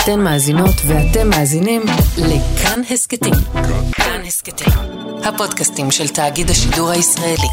אתן מאזינות ואתם מאזינים לכאן הסקטים. כאן הסקטים, הפודקאסטים של תאגיד השידור הישראלי.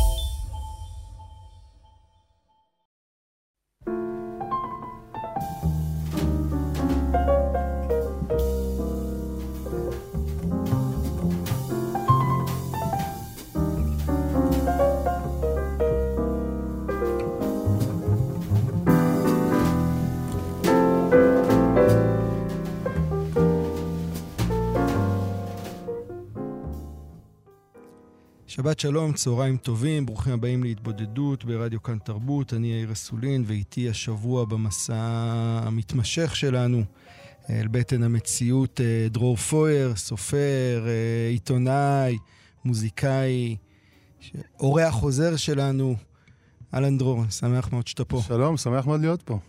שבת שלום, צהריים טובים, ברוכים הבאים להתבודדות ברדיו כאן תרבות. אני יאיר אסולין, ואיתי השבוע במסע המתמשך שלנו אל בטן המציאות דרור פויר, סופר, עיתונאי, מוזיקאי, אורח חוזר שלנו. אהלן דרור, שמח מאוד שאתה פה. שלום, שמח מאוד להיות פה.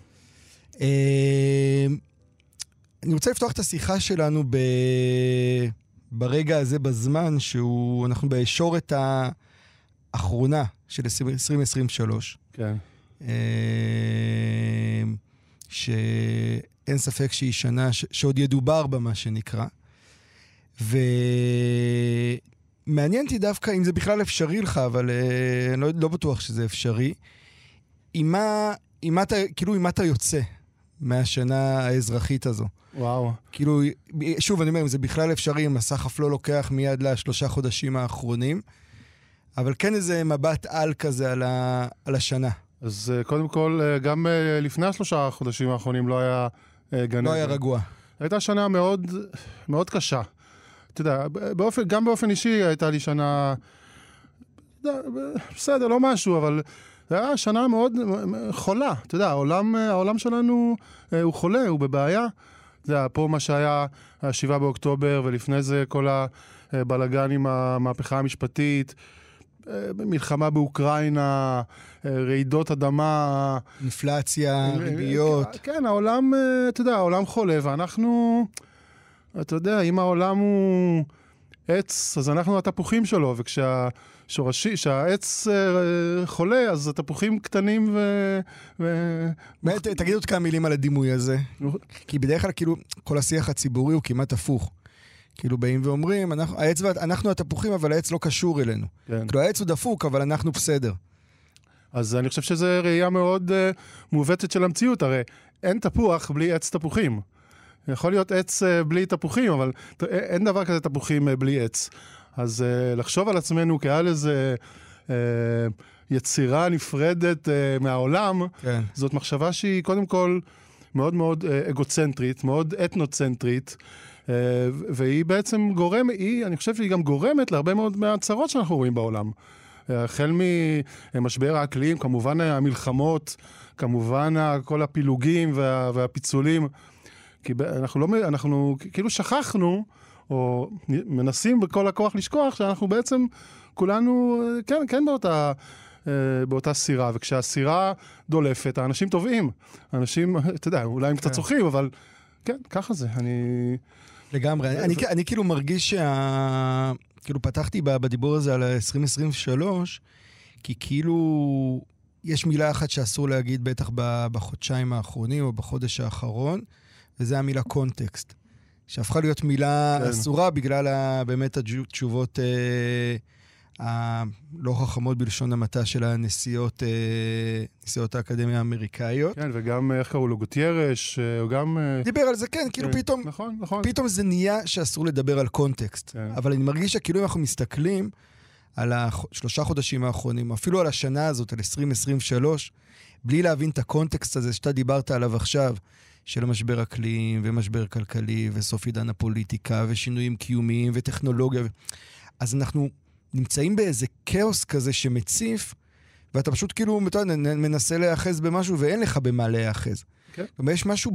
אני רוצה לפתוח את השיחה שלנו ברגע הזה בזמן אנחנו בישורת האחרונה של 2023. כן. שאין ספק שהיא שנה שעוד ידובר בה מה שנקרא. ומעניין אותי דווקא אם זה בכלל אפשרי לך, אבל אני לא בטוח שזה אפשרי. עם מה אתה יוצא מהשנה האזרחית הזו? וואו. כאילו, שוב, אני אומר, זה בכלל אפשרי, מסך אף לא לוקח מיד ל3 חודשים האחרונים, אבל כן איזה מבט על כזה על השנה. אז קודם כל, גם לפני 3 חודשים האחרונים לא היה גן. לא היה רגוע. הייתה שנה מאוד, מאוד קשה. אתה יודע, גם באופן אישי הייתה לי שנה, בסדר, לא משהו, אבל זה היה שנה מאוד חולה. אתה יודע, העולם שלנו הוא חולה, הוא בבעיה. זה היה פה מה שהיה 7 באוקטובר, ולפני זה כל הבלגן עם המהפכה המשפטית, מלחמה באוקראינה, רעידות אדמה, אינפלציה, ריביות. כן, העולם, אתה יודע, העולם חולה, ואנחנו, אתה יודע, אם העולם הוא עץ, אז אנחנו התפוחים שלו, כשהעץ חולה, אז התפוחים קטנים תגיד עוד כמה מילים על הדימוי הזה. כי בדרך כלל, כאילו, כל השיח הציבורי הוא כמעט הפוך. כאילו, באים ואומרים, אנחנו התפוחים, אבל העץ לא קשור אלינו. כאילו, העץ הוא דפוק, אבל אנחנו בסדר. אז אני חושב שזו ראייה מאוד מעוותת של המציאות. הרי אין תפוח בלי עץ תפוחים. יכול להיות עץ בלי תפוחים, אבל אין דבר כזה תפוחים בלי עץ. אז לחשוב על עצמנו כעל איזה יצירה נפרדת מהעולם, כן. זאת מחשבה שהיא קודם כל מאוד מאוד אגוצנטרית, מאוד אתנוצנטרית, והיא בעצם אני חושב שהיא גם גורמת להרבה מאוד מהצרות שאנחנו רואים בעולם. החל ממשבר האקלים, כמובן המלחמות, כמובן כל הפילוגים והפיצולים, כי אנחנו כאילו שכחנו, או מנסים בכל הכוח לשכוח, שאנחנו בעצם כולנו, כן באותה סירה, וכשהסירה דולפת, האנשים טובעים. אנשים, אתה יודע, אולי הם קצת צוחקים, אבל כן, ככה זה. לגמרי. אני כאילו מרגיש כאילו פתחתי בדיבור הזה על 2023, כי כאילו יש מילה אחת שאסור להגיד בטח בחודשיים האחרונים, או בחודש האחרון, וזה המילה קונטקסט. שהפכה להיות מילה אסורה בגלל באמת התשובות הלא חכמות בלשון המעטה של נשיאות האקדמיה האמריקאיות. כן, וגם איך קראו לו גוטיירש, או גם דיבר על זה, כן, כאילו פתאום, נכון. פתאום זה נהיה שאסור לדבר על קונטקסט. אבל אני מרגיש שכאילו אם אנחנו מסתכלים על 3 חודשים האחרונים, אפילו על השנה הזאת, על 2023, בלי להבין את הקונטקסט הזה שאתה דיברת עליו עכשיו, של המשבר אקלים ומשבר כלכלי וסוף עידן הפוליטיקה ושינויים קיומיים וטכנולוגיה. אז אנחנו נמצאים באיזה כאוס כזה שמציף, ואתה פשוט כאילו מנסה להיאחז במשהו ואין לך במה להיאחז. כלומר, יש משהו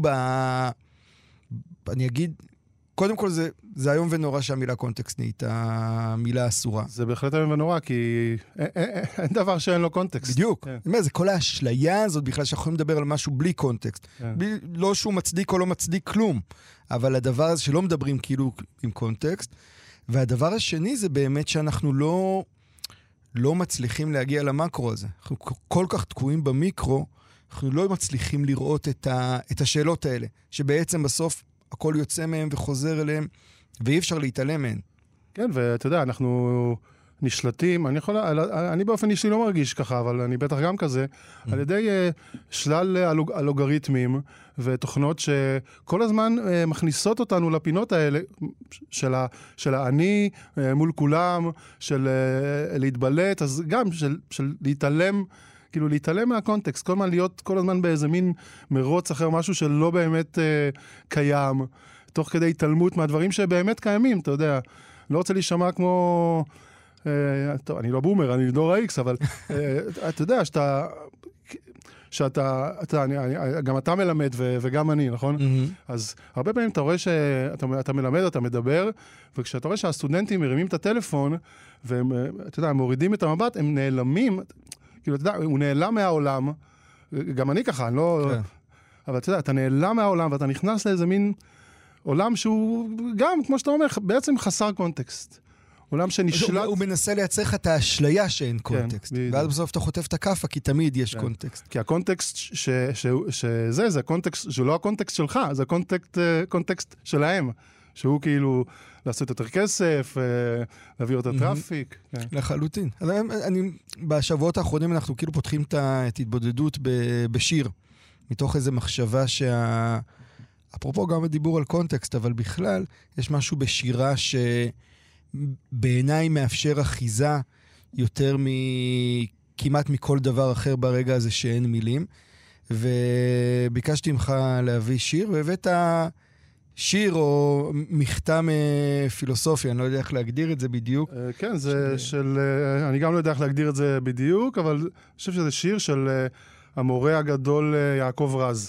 אני אגיד, קודם כל זה היום ונורא שהמילה קונטקסט נהייתה מילה אסורה. זה בהחלט היום ונורא, כי אין דבר שאין לו קונטקסט. בדיוק. זה כל האשליה הזאת בכלל שאנחנו יכולים לדבר על משהו בלי קונטקסט. לא שהוא מצדיק או לא מצדיק כלום, אבל הדבר הזה שלא מדברים כאילו עם קונטקסט. והדבר השני זה באמת שאנחנו לא מצליחים להגיע למקרו הזה. אנחנו כל כך תקועים במיקרו, אנחנו לא מצליחים לראות את השאלות האלה, שבעצם בסוף הכל יוצא מהם וחוזר אליהם, ואי אפשר להתעלם מהן. כן, ואתה יודע, אנחנו נשלטים, אני באופן אישי לא מרגיש ככה, אבל אני בטח גם כזה, על ידי שלל אלגוריתמים ותוכנות שכל הזמן מכניסות אותנו לפינות האלה של אני מול כולם, של להתבלט, אז גם של להתעלם, כאילו להתעלם מהקונטקסט, כל הזמן להיות כל הזמן באיזה מין מרוץ אחר משהו שלא באמת קיים, תוך כדי התעלמות מהדברים שבאמת קיימים, אתה יודע. לא רוצה להישמע כמו... טוב, אני לא בומר, אני דור ה-X, אבל אתה יודע גם אתה מלמד וגם אני, נכון? אז הרבה פעמים אתה רואה שאתה מלמד, אתה מדבר, וכשאתה רואה שהסטודנטים מרימים את הטלפון, והם, אתה יודע, הם מורידים את המבט, הם נעלמים, כאילו, אתה יודע, הוא נעלם מהעולם, גם אני ככה, אני לא... אבל אתה יודע, אתה נעלם מהעולם, ואתה נכנס לאיזה מין עולם שהוא גם, כמו שאתה אומר, בעצם חסר קונטקסט. עולם שנשלט... הוא מנסה לייצר לך את האשליה שאין קונטקסט. ואז בסוף אתה חוטף את הכאפה, כי תמיד יש קונטקסט. כי הקונטקסט זה הקונטקסט, זה לא הקונטקסט שלך, זה הקונטקסט שלהם. שהוא כאילו לעשות יותר כסף, להביא יותר טראפיק. לחלוטין. בשבועות האחרונים אנחנו כאילו פותחים את התבודדות בשיר, מתוך איזו מחשבה אפרופו גם הדיבור על קונטקסט, אבל בכלל יש משהו בשירה שבעיניי מאפשר אחיזה יותר כמעט מכל דבר אחר ברגע הזה שאין מילים. וביקשתי ממך להביא שיר, והבאת שיר או מכתם פילוסופיה, אני לא יודע איך להגדיר את זה בדיוק. כן, זה של... אני גם לא יודע איך להגדיר את זה בדיוק, אבל אני חושב שזה שיר של המורה הגדול יעקב רז.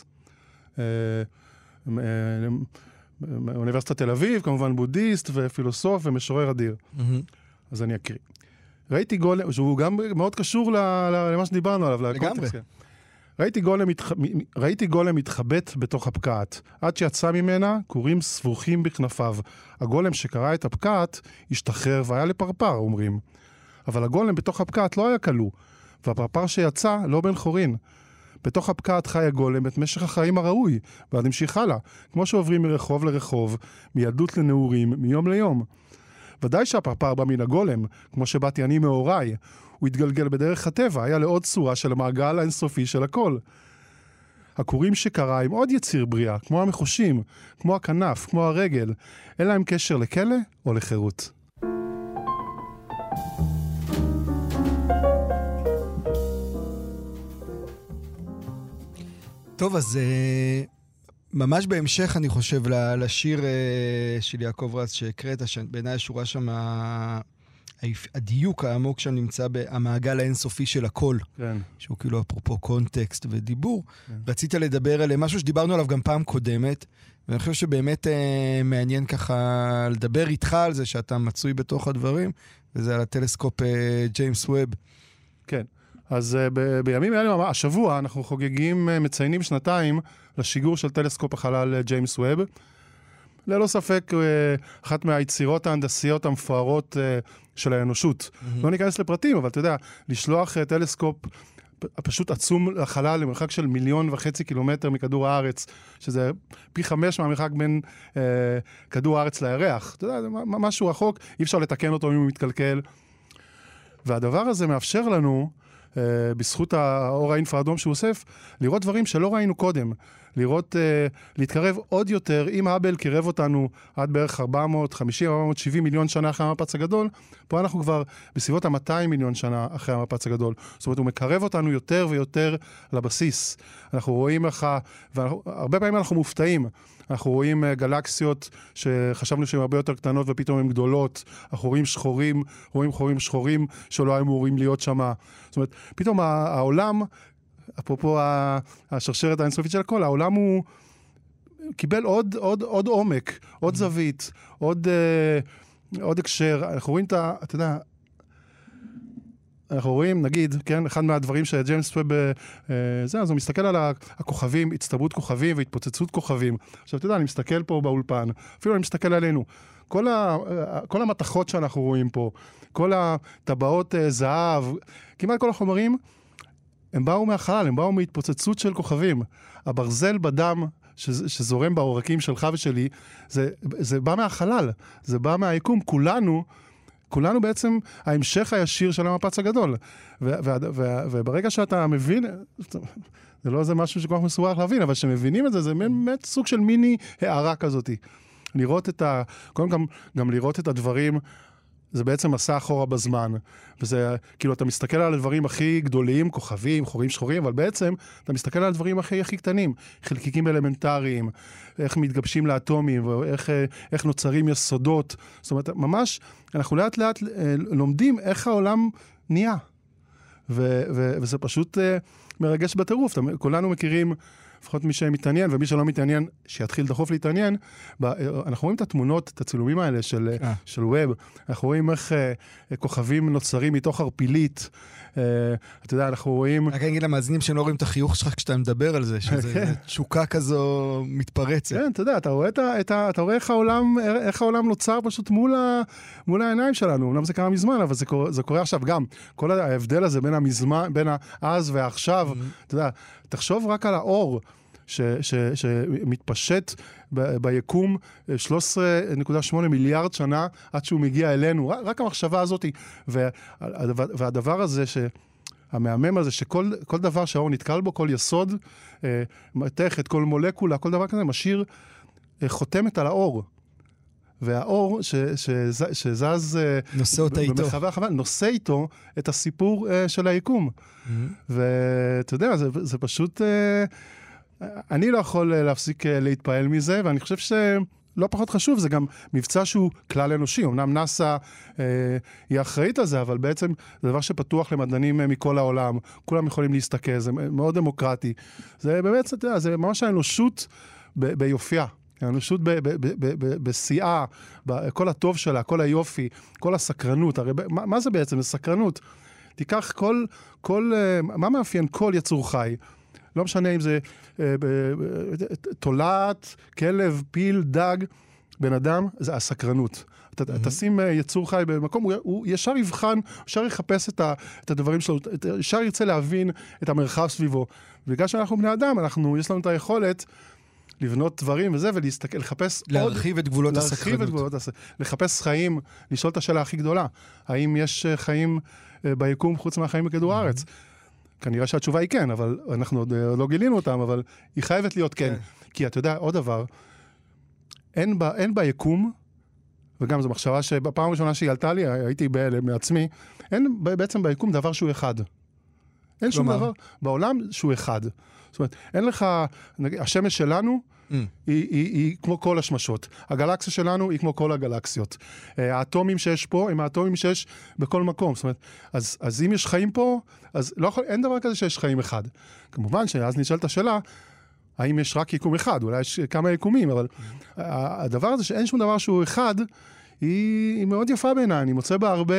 אוניברסיטת תל אביב, כמובן בודיסט ופילוסוף ומשורר אדיר. אז אני אקריא. ראיתי גולם, שהוא גם מאוד קשור למה שדיברנו עליו, לגמרי. ראיתי גולם מתחבט בתוך הפקעת. עד שיצא ממנה, קורים סבוכים בכנפיו. הגולם שקרא את הפקעת, השתחרר והיה לפרפר, אומרים. אבל הגולם בתוך הפקעת לא היה כלוא, והפרפר שיצא לא בן חורין. בתוך הפקעת חי הגולם את משך החיים הראוי, ועד המשיך הלאה, כמו שעוברים מרחוב לרחוב, מילדות לנעורים, מיום ליום. ודאי שהפרפר בא מן הגולם, כמו שבאתי אני מהוריי. הוא התגלגל בדרך הטבע, היה לעוד צורה של המעגל האינסופי של הכל. הקורים שקרה עם עוד יציר בריאה, כמו המחושים, כמו הכנף, כמו הרגל, אין להם קשר לכלא או לחירות. טוב, אז ממש בהמשך אני חושב לשיר של יעקב רז שהקראת, בעיניי השורה שם, הדיוק העמוק שם נמצא במעגל האינסופי של הכל, כן. שהוא כאילו אפרופו קונטקסט ודיבור. כן. רצית לדבר על משהו שדיברנו עליו גם פעם קודמת, ואני חושב שבאמת מעניין ככה לדבר איתך על זה שאתה מצוי בתוך הדברים, וזה על הטלסקופ ג'יימס ווב. כן. אז בימים האלה, השבוע אנחנו חוגגים, מציינים 2 לשיגור של טלסקופ החלל ג'יימס ווב. ללא ספק, אחת מהיצירות ההנדסיות המפוארות של האנושות. לא ניכנס לפרטים, אבל אתה יודע, לשלוח טלסקופ פשוט עצום לחלל למרחק של 1.5 מיליון קילומטר מכדור הארץ, שזה פי 5 מהמרחק בין כדור הארץ לירח. אתה יודע, זה משהו רחוק, אי אפשר לתקן אותו אם הוא מתקלקל. והדבר הזה מאפשר לנו, בזכות האור האינפראדום שהוא אוסף, לראות דברים שלא ראינו קודם. לראות, להתקרב עוד יותר, אם האבל קירב אותנו עד בערך 450-470 מיליון שנה אחרי המפץ הגדול, פה אנחנו כבר בסביבות ה-200 מיליון שנה אחרי המפץ הגדול. זאת אומרת, הוא מקרב אותנו יותר ויותר לבסיס. אנחנו רואים לך, והרבה פעמים אנחנו מופתעים. אנחנו רואים גלקסיות שחשבנו שהן הרבה יותר קטנות ופתאום הן גדולות. אנחנו רואים שחורים, רואים חורים שחורים שלא היו אמורים להיות שם. זאת אומרת, פתאום העולם, אפרופו השרשרת האינסופית של הכל, העולם הוא קיבל עוד עומק, עוד זווית, עוד הקשר. אנחנו רואים אתה יודע, אנחנו רואים, נגיד, כן, אחד מהדברים שג'יימס ווב, אז הוא מסתכל על הכוכבים, הצטברות כוכבים והתפוצצות כוכבים. עכשיו, אתה יודע, אני מסתכל פה באולפן, אפילו אני מסתכל עלינו. כל המתכות שאנחנו רואים פה, כל הטבעות זהב, כמעט כל החומרים, הם באו מהחלל, הם באו מהתפוצצות של כוכבים. הברזל בדם שזורם בעורקים שלך ושלי, זה בא מהחלל, זה בא מהיקום, כולנו בעצם ההמשך הישיר של המפץ הגדול. וברגע שאתה מבין, זה לא איזה משהו שכל כך מסובך להבין, אבל שמבינים את זה, זה באמת סוג של מיני הערה כזאת. קודם גם לראות את הדברים, זה בעצם מסע אחורה בזמן. וזה, כאילו, אתה מסתכל על הדברים הכי גדולים, כוכבים, חורים שחורים, אבל בעצם אתה מסתכל על הדברים הכי קטנים, חלקיקים אלמנטריים, איך מתגבשים לאטומים, איך נוצרים יסודות. זאת אומרת, ממש, אנחנו לאט לאט לומדים איך העולם נהיה. וזה פשוט מרגש בטירוף. כולנו מכירים, לפחות מי שמתעניין, ומי שלא מתעניין, שיתחיל דחוף להתעניין. אנחנו רואים את התמונות, את הצילומים האלה של ווב. אנחנו רואים איך כוכבים נוצרים מתוך ערפילית. אתה יודע, אנחנו רואים... רק אגיד למאזינים שהם לא רואים את החיוך שלך כשאתה מדבר על זה, שזה תשוקה כזו מתפרצת. כן, אתה יודע, אתה רואה איך העולם נוצר פשוט מול העיניים שלנו. אומנם זה קרה מזמן, אבל זה קורה עכשיו גם. כל ההבדל הזה בין אז ועכשיו, אתה יודע, תחשוב רק על האור שמתפשט ביקום 13.8 מיליארד שנה עד שהוא מגיע אלינו. רק המחשבה הזאת, והדבר הזה המהמם הזה, שכל דבר שהאור נתקל בו, כל יסוד, מתכת, כל מולקולה, כל דבר כזה, משאיר חותמת על האור. והאור שזז נושא אותה איתו. נושא איתו את הסיפור של היקום. ואתה יודע, זה פשוט... אני לא יכול להפסיק להתפעל מזה, ואני חושב שלא פחות חשוב, זה גם מבצע שהוא כלל אנושי. אמנם נאסא היא אחראית על זה, אבל בעצם זה דבר שפתוח למדענים מכל העולם. כולם יכולים להסתכל, זה מאוד דמוקרטי. זה באמת, אתה יודע, זה ממש האנושות ביופייה. האנושות בשיאה, כל הטוב שלה, כל היופי, כל הסקרנות. הרי מה זה בעצם? זה סקרנות. תיקח מה מאפיין כל יצור חי? לא משנה אם זה תולעת, כלב, פיל, דג, בן אדם, זה הסקרנות. תשים יצור חי במקום, הוא ישר יבחן, ישר יחפש את הדברים שלו, ישר ירצה להבין את המרחב סביבו. בגלל שאנחנו בני אדם, יש לנו את היכולת לבנות דברים וזה, ולהסתכל, לחפש להרחיב את גבולות הסקרנות. לחפש חיים, לשאול את השאלה הכי גדולה. האם יש חיים ביקום חוץ מהחיים בכדור הארץ? כנראה שהתשובה היא כן, אבל אנחנו עוד לא גילינו אותם, אבל היא חייבת להיות כן. כי אתה יודע, עוד דבר, אין ביקום, וגם זו מחשבה שבפעם הראשונה שהיא עלתה לי, הייתי בהלם מעצמי, אין בעצם ביקום דבר שהוא אחד. אין שום דבר בעולם שהוא אחד. זאת אומרת, אין לך, השמש שלנו, היא כמו כל השמשות. הגלקסיה שלנו היא כמו כל הגלקסיות. האטומים שיש פה הם האטומים שיש בכל מקום. זאת אומרת, אז אם יש חיים פה, אז אין דבר כזה שיש חיים אחד. כמובן שאז נשאלת השאלה, האם יש רק יקום אחד? אולי יש כמה יקומים, אבל הדבר הזה שאין שום דבר שהוא אחד, היא מאוד יפה בעיניי. אני מוצא בה הרבה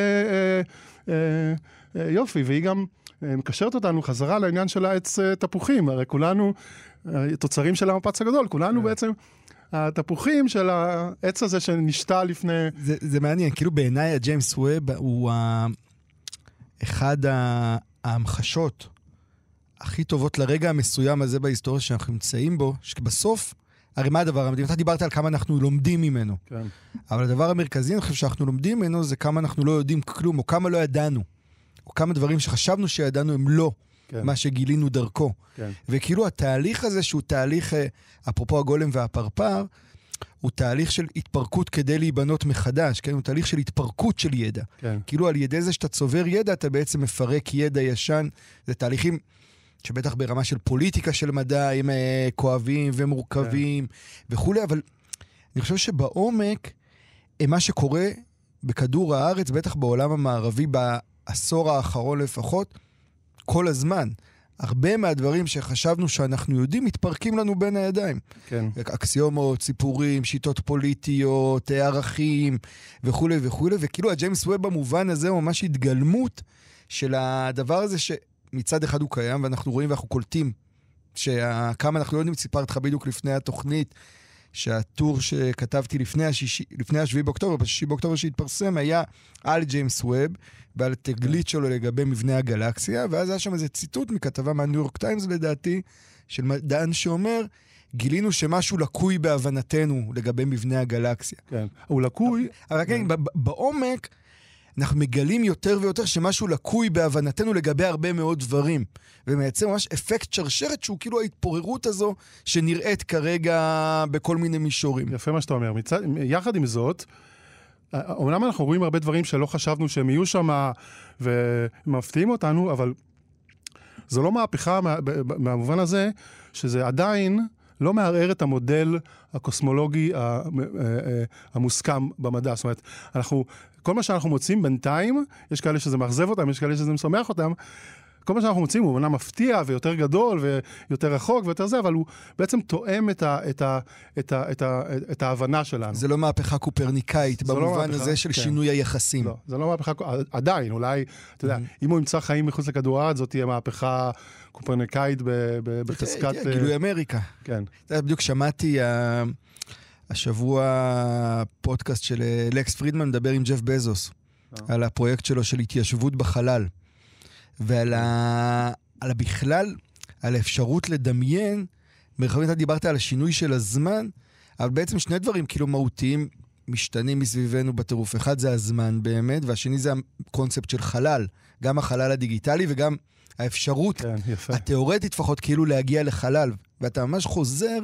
יופי, והיא גם מקשרת אותנו חזרה לעניין של העץ תפוחים. הרי כולנו, תוצרים של המפץ הגדול, כולנו בעצם התפוחים של העץ הזה שנשתה לפני... זה מעניין, כאילו בעיניי הג'יימס ווב הוא אחד ההמחשות הכי טובות לרגע המסוים הזה בהיסטוריה שאנחנו נמצאים בו, שבסוף, הרי מה הדבר המדהים? אתה דיברת על כמה אנחנו לומדים ממנו. כן. אבל הדבר המרכזי, אני חושב שאנחנו לומדים ממנו, זה כמה אנחנו לא יודעים כלום, או כמה לא ידענו. או כמה דברים שחשבנו שידענו הם לא כן. מה שגילינו דרכו. כן. וכאילו התהליך הזה שהוא תהליך, אפרופו הגולם והפרפר, הוא תהליך של התפרקות כדי להיבנות מחדש, כן? הוא תהליך של התפרקות של ידע. כן. כאילו על ידי זה שאתה צובר ידע, אתה בעצם מפרק ידע ישן. זה תהליכים שבטח ברמה של פוליטיקה של מדע, הם כואבים ומורכבים כן. וכולי, אבל אני חושב שבעומק, מה שקורה בכדור הארץ, בטח בעולם המערבי, בעשור האחרון לפחות, כל הזמן. הרבה מהדברים שחשבנו שאנחנו יודעים, מתפרקים לנו בין הידיים. כן. אקסיומות, סיפורים, שיטות פוליטיות, ערכים, וכו' וכו'. וכאילו הג'יימס ווב במובן הזה הוא ממש התגלמות של הדבר הזה שמצד אחד הוא קיים, ואנחנו רואים ואנחנו קולטים שכמה אנחנו לא יודעים, סיפרת לך בדיוק לפני התוכנית, שהטור שכתבתי לפני השביעי באוקטובר, בשישי באוקטובר שהתפרסם, היה על ג'יימס ווב, ועל תגלית שלו לגבי מבנה הגלקסיה, ואז היה שם איזה ציטוט מכתבה מהניו יורק טיימס לדעתי, של מדען שאומר, גילינו שמשהו לקוי בהבנתנו לגבי מבנה הגלקסיה. כן, הוא לקוי. אבל כן, בעומק, אנחנו מגלים יותר ויותר שמשהו לקוי בהבנתנו לגבי הרבה מאוד דברים, ומייצר ממש אפקט שרשרת שהוא כאילו ההתפוררות הזו שנראית כרגע בכל מיני מישורים. יפה מה שאתה אומר. יחד עם זאת, אומנם אנחנו רואים הרבה דברים שלא חשבנו שהם יהיו שם ומפתיעים אותנו, אבל זו לא מהפכה מהמובן הזה שזה עדיין לא מערער את המודל הקוסמולוגי המוסכם במדע. זאת אומרת, כל מה שאנחנו מוצאים בינתיים, יש כאלה שזה מאכזב אותם, יש כאלה שזה משמח אותם, כל מה שאנחנו מוצאים הוא אומנם מפתיע ויותר גדול ויותר רחוק ויותר זה, אבל הוא בעצם תואם את ההבנה שלנו. זה לא מהפכה קופרניקאית, במובן הזה של שינוי היחסים. לא, זה לא מהפכה, עדיין, אולי, אתה יודע, אם הוא ימצא חיים מחוץ לכדור הארץ, זאת תהיה מהפכה קופרניקאית בחזקת... גילוי אמריקה. כן. בדיוק שמעתי השבוע פודקאסט של לקס פרידמן מדבר עם ג'ף בזוס, על הפרויקט שלו של התיישבות בחלל. ועל בכלל, על האפשרות לדמיין, מרחבים אתה דיברת על השינוי של הזמן, אבל בעצם שני דברים כאילו מהותיים משתנים מסביבנו בטירוף. אחד זה הזמן באמת, והשני זה הקונספט של חלל. גם החלל הדיגיטלי וגם האפשרות התיאורטית לפחות כאילו להגיע לחלל. ואתה ממש חוזר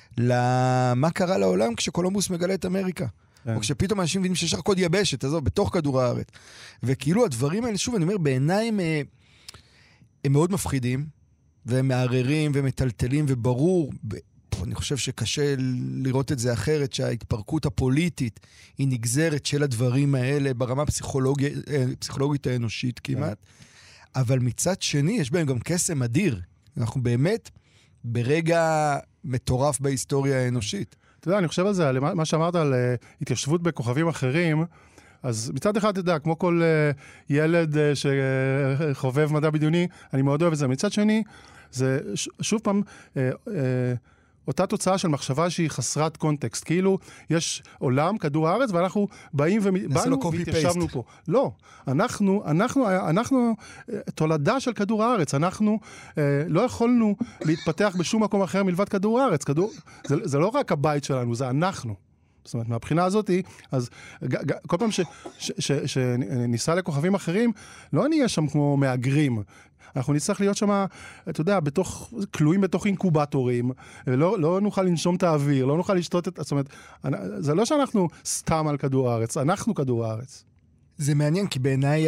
למה קרה לעולם כשקולומבוס מגלה את אמריקה. או כשפתאום אנשים מבינים שיש קוד יבשת, עזוב, בתוך כדור הארץ. וכאילו הדברים האלה, שוב, אני אומר, בעיניי הם מאוד מפחידים, והם מערערים ומטלטלים, וברור, אני חושב שקשה לראות את זה אחרת, שההתפרקות הפוליטית היא נגזרת של הדברים האלה, ברמה פסיכולוגית האנושית כמעט. אבל מצד שני, יש בהם גם קסם אדיר. אנחנו באמת ברגע מטורף בהיסטוריה האנושית. אתה יודע, אני חושב על זה, על מה שאמרת על התיישבות בכוכבים אחרים, אז מצד אחד, אתה יודע, כמו כל ילד שחובב מדע בדיוני, אני מאוד אוהב את זה. מצד שני, זה שוב פעם, אותה תוצאה של מחשבה שהיא חסרת קונטקסט. כאילו, יש עולם, כדור הארץ, ואנחנו באים והתיישבנו פה. לא, אנחנו תולדה של כדור הארץ. אנחנו לא יכולנו להתפתח בשום מקום אחר מלבד כדור הארץ. זה לא רק הבית שלנו, זה אנחנו. זאת אומרת, מהבחינה הזאת, אז כל פעם שניסה לכוכבים אחרים, לא נהיה שם כמו מאגרים. אנחנו נצטרך להיות שם, אתה יודע, כלואים בתוך אינקובטורים, לא נוכל לנשום את האוויר, לא נוכל לשתות זאת אומרת, זה לא שאנחנו סתם על כדור הארץ, אנחנו כדור הארץ. זה מעניין, כי בעיניי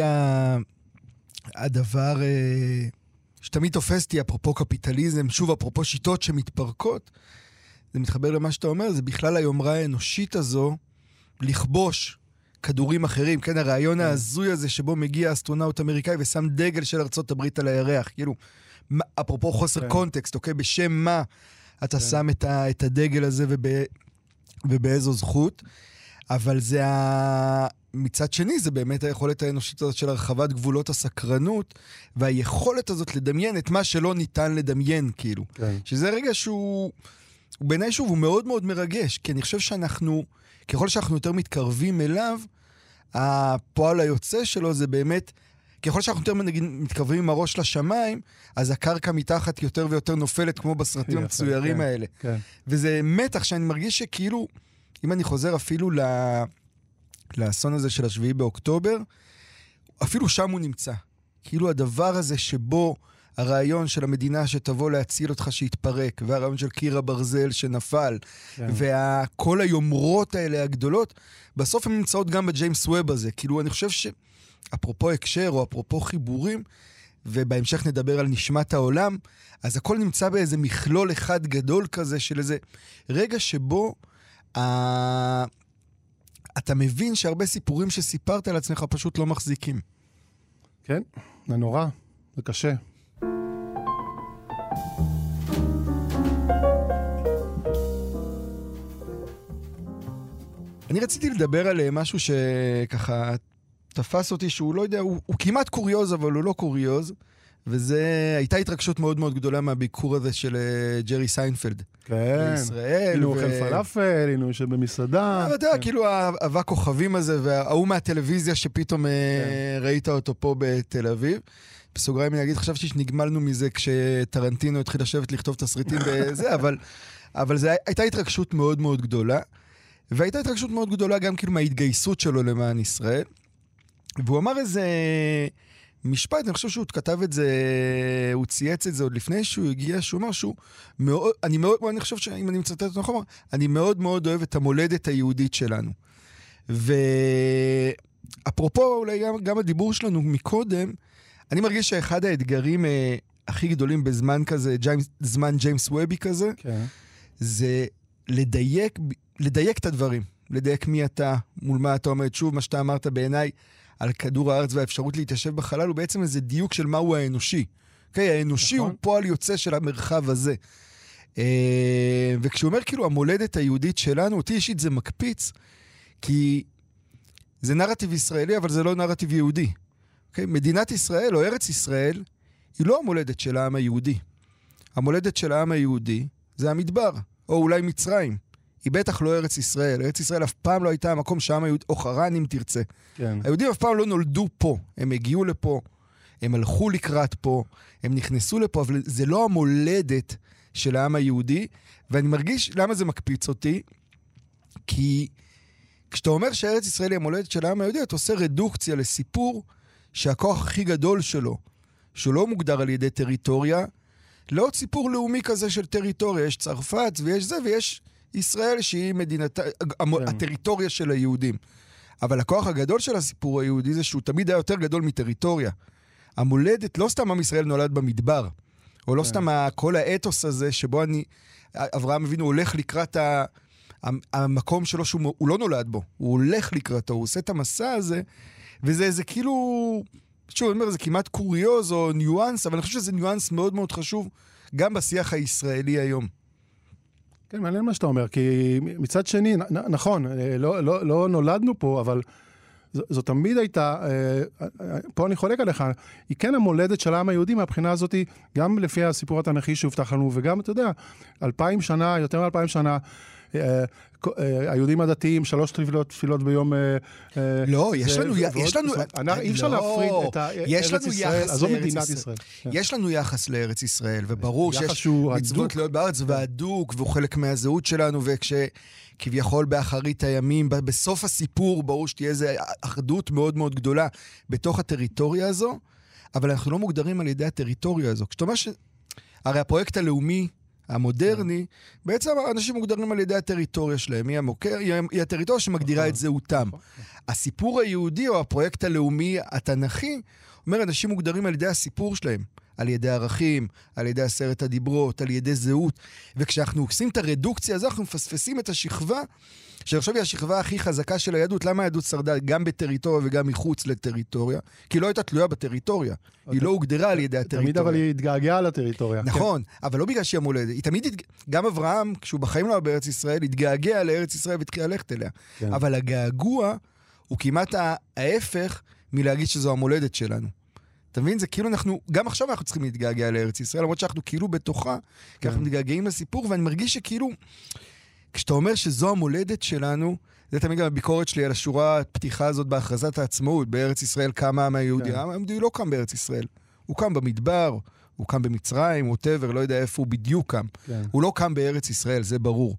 הדבר שתמיד תופסתי, אפרופו קפיטליזם, שוב, אפרופו שיטות שמתפרקות, זה מתחבר למה שאתה אומר, זה בכלל היומרה האנושית הזו, לכבוש כדורים אחרים, כן, הרעיון ההזוי הזה שבו מגיע אסטרונאוט אמריקאי ושם דגל של ארצות הברית על הירח, כאילו, אפרופו חוסר קונטקסט, אוקיי, בשם מה אתה שם את הדגל הזה ובאיזו זכות, אבל זה מצד שני, זה באמת היכולת האנושית הזאת של הרחבת גבולות הסקרנות, והיכולת הזאת לדמיין את מה שלא ניתן לדמיין, כאילו. שזה רגע שהוא בעיניי שוב, הוא מאוד מאוד מרגש, כי אני חושב שאנחנו, ככל שאנחנו יותר מתקרבים אליו, הפועל היוצא שלו זה באמת, ככל שאנחנו יותר מתקרבים עם הראש לשמיים, אז הקרקע מתחת יותר ויותר נופלת, כמו בסרטים המצוירים האלה. וזה מתח שאני מרגיש שכאילו, אם אני חוזר אפילו לאסון הזה של 7 באוקטובר, אפילו שם הוא נמצא. כאילו הדבר הזה שבו הרעיון של המדינה שתבוא להציל אותך שהתפרק, והרעיון של קיר הברזל שנפל, וכל היומרות האלה הגדולות, בסוף הן נמצאות גם בג'יימס ווב הזה. כאילו אני חושב שאפרופו הקשר או אפרופו חיבורים, ובהמשך נדבר על נשמת העולם, אז הכל נמצא באיזה מכלול אחד גדול כזה של איזה רגע שבו אתה מבין שהרבה סיפורים שסיפרת על עצמך פשוט לא מחזיקים. כן, זה נורא, זה קשה. אני רציתי לדבר על משהו שככה תפס אותי, שהוא לא יודע, הוא כמעט קוריוז, אבל הוא לא קוריוז, וזה הייתה התרגשות מאוד מאוד גדולה מהביקור הזה של ג'רי סיינפלד. כן. בישראל. היינו אוכל פלאפל, היינו שבמסעדה. אתה יודע, כאילו האבק כוכבים הזה, וההוא מהטלוויזיה שפתאום ראית אותו פה בתל אביב. בסוגריים אני אגיד, חשבתי שנגמלנו מזה כשטרנטינו התחיל לשבת לכתוב תסריטים בזה, אבל זו הייתה התרגשות מאוד מאוד גדולה, והייתה התרגשות מאוד גדולה גם כאילו מההתגייסות שלו למען ישראל, והוא אמר איזה משפט, אני חושב שהוא כתב את זה, הוא צייץ את זה עוד לפני שהוא הגיע, שהוא אמר שהוא מאוד, אני חושב שאם אני מצטט את נכון, אני מאוד מאוד אוהב את המולדת היהודית שלנו. ואפרופו אולי גם הדיבור שלנו מקודם, אני מרגיש שאחד האתגרים הכי גדולים בזמן כזה, זמן ג'יימס וובי כזה, זה לדייק את הדברים, לדייק מי אתה, מול מה אתה עומד. שוב, מה שאתה אמרת בעיניי, על כדור הארץ והאפשרות להתיישב בחלל, הוא בעצם איזה דיוק של מהו האנושי. האנושי הוא פועל יוצא של המרחב הזה. וכשהוא אומר כאילו המולדת היהודית שלנו, אותי אישית זה מקפיץ, כי זה נרטיב ישראלי, אבל זה לא נרטיב יהודי. מדינת ישראל או ארץ ישראל, היא לא המולדת של העם היהודי. המולדת של העם היהודי זה המדבר, או אולי מצרים. היא בטח לא ארץ ישראל. ארץ ישראל אף פעם לא הייתה המקום שהעם היהודי, או חרן אם תרצה. כן. היהודים אף פעם לא נולדו פה. הם הגיעו לפה, הם הלכו לקראת פה, הם נכנסו לפה, אבל זה לא המולדת של העם היהודי, ואני מרגיש למה זה מקפיץ אותי, כי כשאתה אומר שארץ ישראל היא המולדת של העם היהודי, אתה עושה רדוקציה לסיפור שהכוח הכי גדול שלו, שהוא לא מוגדר על ידי טריטוריה, לא עוד סיפור לאומי כזה של טריטוריה, יש צרפת ויש זה, ויש ישראל שהיא מדינת, הטריטוריה של היהודים. אבל הכוח הגדול של הסיפור היהודי זה שהוא תמיד היה יותר גדול מטריטוריה. המולדת, לא סתם עם ישראל נולד במדבר, או לא סתם כל האתוס הזה שבו אברהם אבינו הולך לקראת המקום שלו שהוא לא נולד בו, הוא הולך לקראתו, הוא עושה את המסע הזה, וזה כאילו, שוב, אני אומר, זה כמעט קוריוז או ניואנס, אבל אני חושב שזה ניואנס מאוד מאוד חשוב, גם בשיח הישראלי היום. כן, מעניין מה שאתה אומר, כי מצד שני, נכון, לא נולדנו פה, אבל זו תמיד הייתה, פה אני חולק עליך, היא כן המולדת של העם היהודי מהבחינה הזאת, גם לפי הסיפור התנ"כי שהובטח לנו, וגם, אתה יודע, 2000 שנה, יותר מ-2000 שנה, היהודים הדתיים, 3 תפילות ביום... לא, יש לנו... אי אפשר להפריד את ארץ ישראל, אז זו מדינת ישראל. יש לנו יחס לארץ ישראל, וברור שיש מצוות להיות בארץ והדוק, והוא חלק מהזהות שלנו, וכשכביכול באחרית הימים, בסוף הסיפור, ברור שתהיה איזו אחדות מאוד מאוד גדולה בתוך הטריטוריה הזו, אבל אנחנו לא מוגדרים על ידי הטריטוריה הזו. כשאתה אומר הרי הפרויקט הלאומי, המודרני, בעצם אנשים מוגדרים על ידי הטריטוריה שלהם, היא הטריטוריה שמגדירה את זהותם. הסיפור היהודי או הפרויקט הלאומי התנ"כי, אומר אנשים מוגדרים על ידי הסיפור שלהם, על ידי ערכים, על ידי 10 הדיברות, על ידי זהות, וכשאנחנו עושים את הרדוקציה הזו, אנחנו מפספסים את השכבה, שעכשיו היא השכבה הכי חזקה של היהדות. למה היהדות שרדה גם בטריטוריה וגם מחוץ לטריטוריה? כי היא לא הייתה תלויה בטריטוריה. היא לא הוגדרה על ידי הטריטוריה. תמיד אבל היא התגעגעה לטריטוריה. נכון, אבל לא בגלל שהיא המולדת. היא תמיד, גם אברהם, כשהוא בחיים לא בארץ ישראל, התגעגע לארץ ישראל והתחיל ללכת אליה. אבל הגעגוע הוא כמעט ההפך מלהגיד שזו המולדת שלנו. אתה מבין? זה כאילו גם עכשיו אנחנו צריכים להתגעגע לארץ ישראל, למרות שאנחנו כאילו בתוכה, כי אנחנו מתגעגעים לסיפור, ואני מרגיש שכאילו כשאתה אומר שזו המולדת שלנו, זה תמיד גם הביקורת שלי על השורה הפתיחה הזאת בהכרזת העצמאות, בארץ ישראל קם העם היהודי. העם היהודי לא קם בארץ ישראל. הוא קם במדבר, הוא קם במצרים, whatever, לא יודע איפה הוא בדיוק קם. הוא לא קם בארץ ישראל, זה ברור.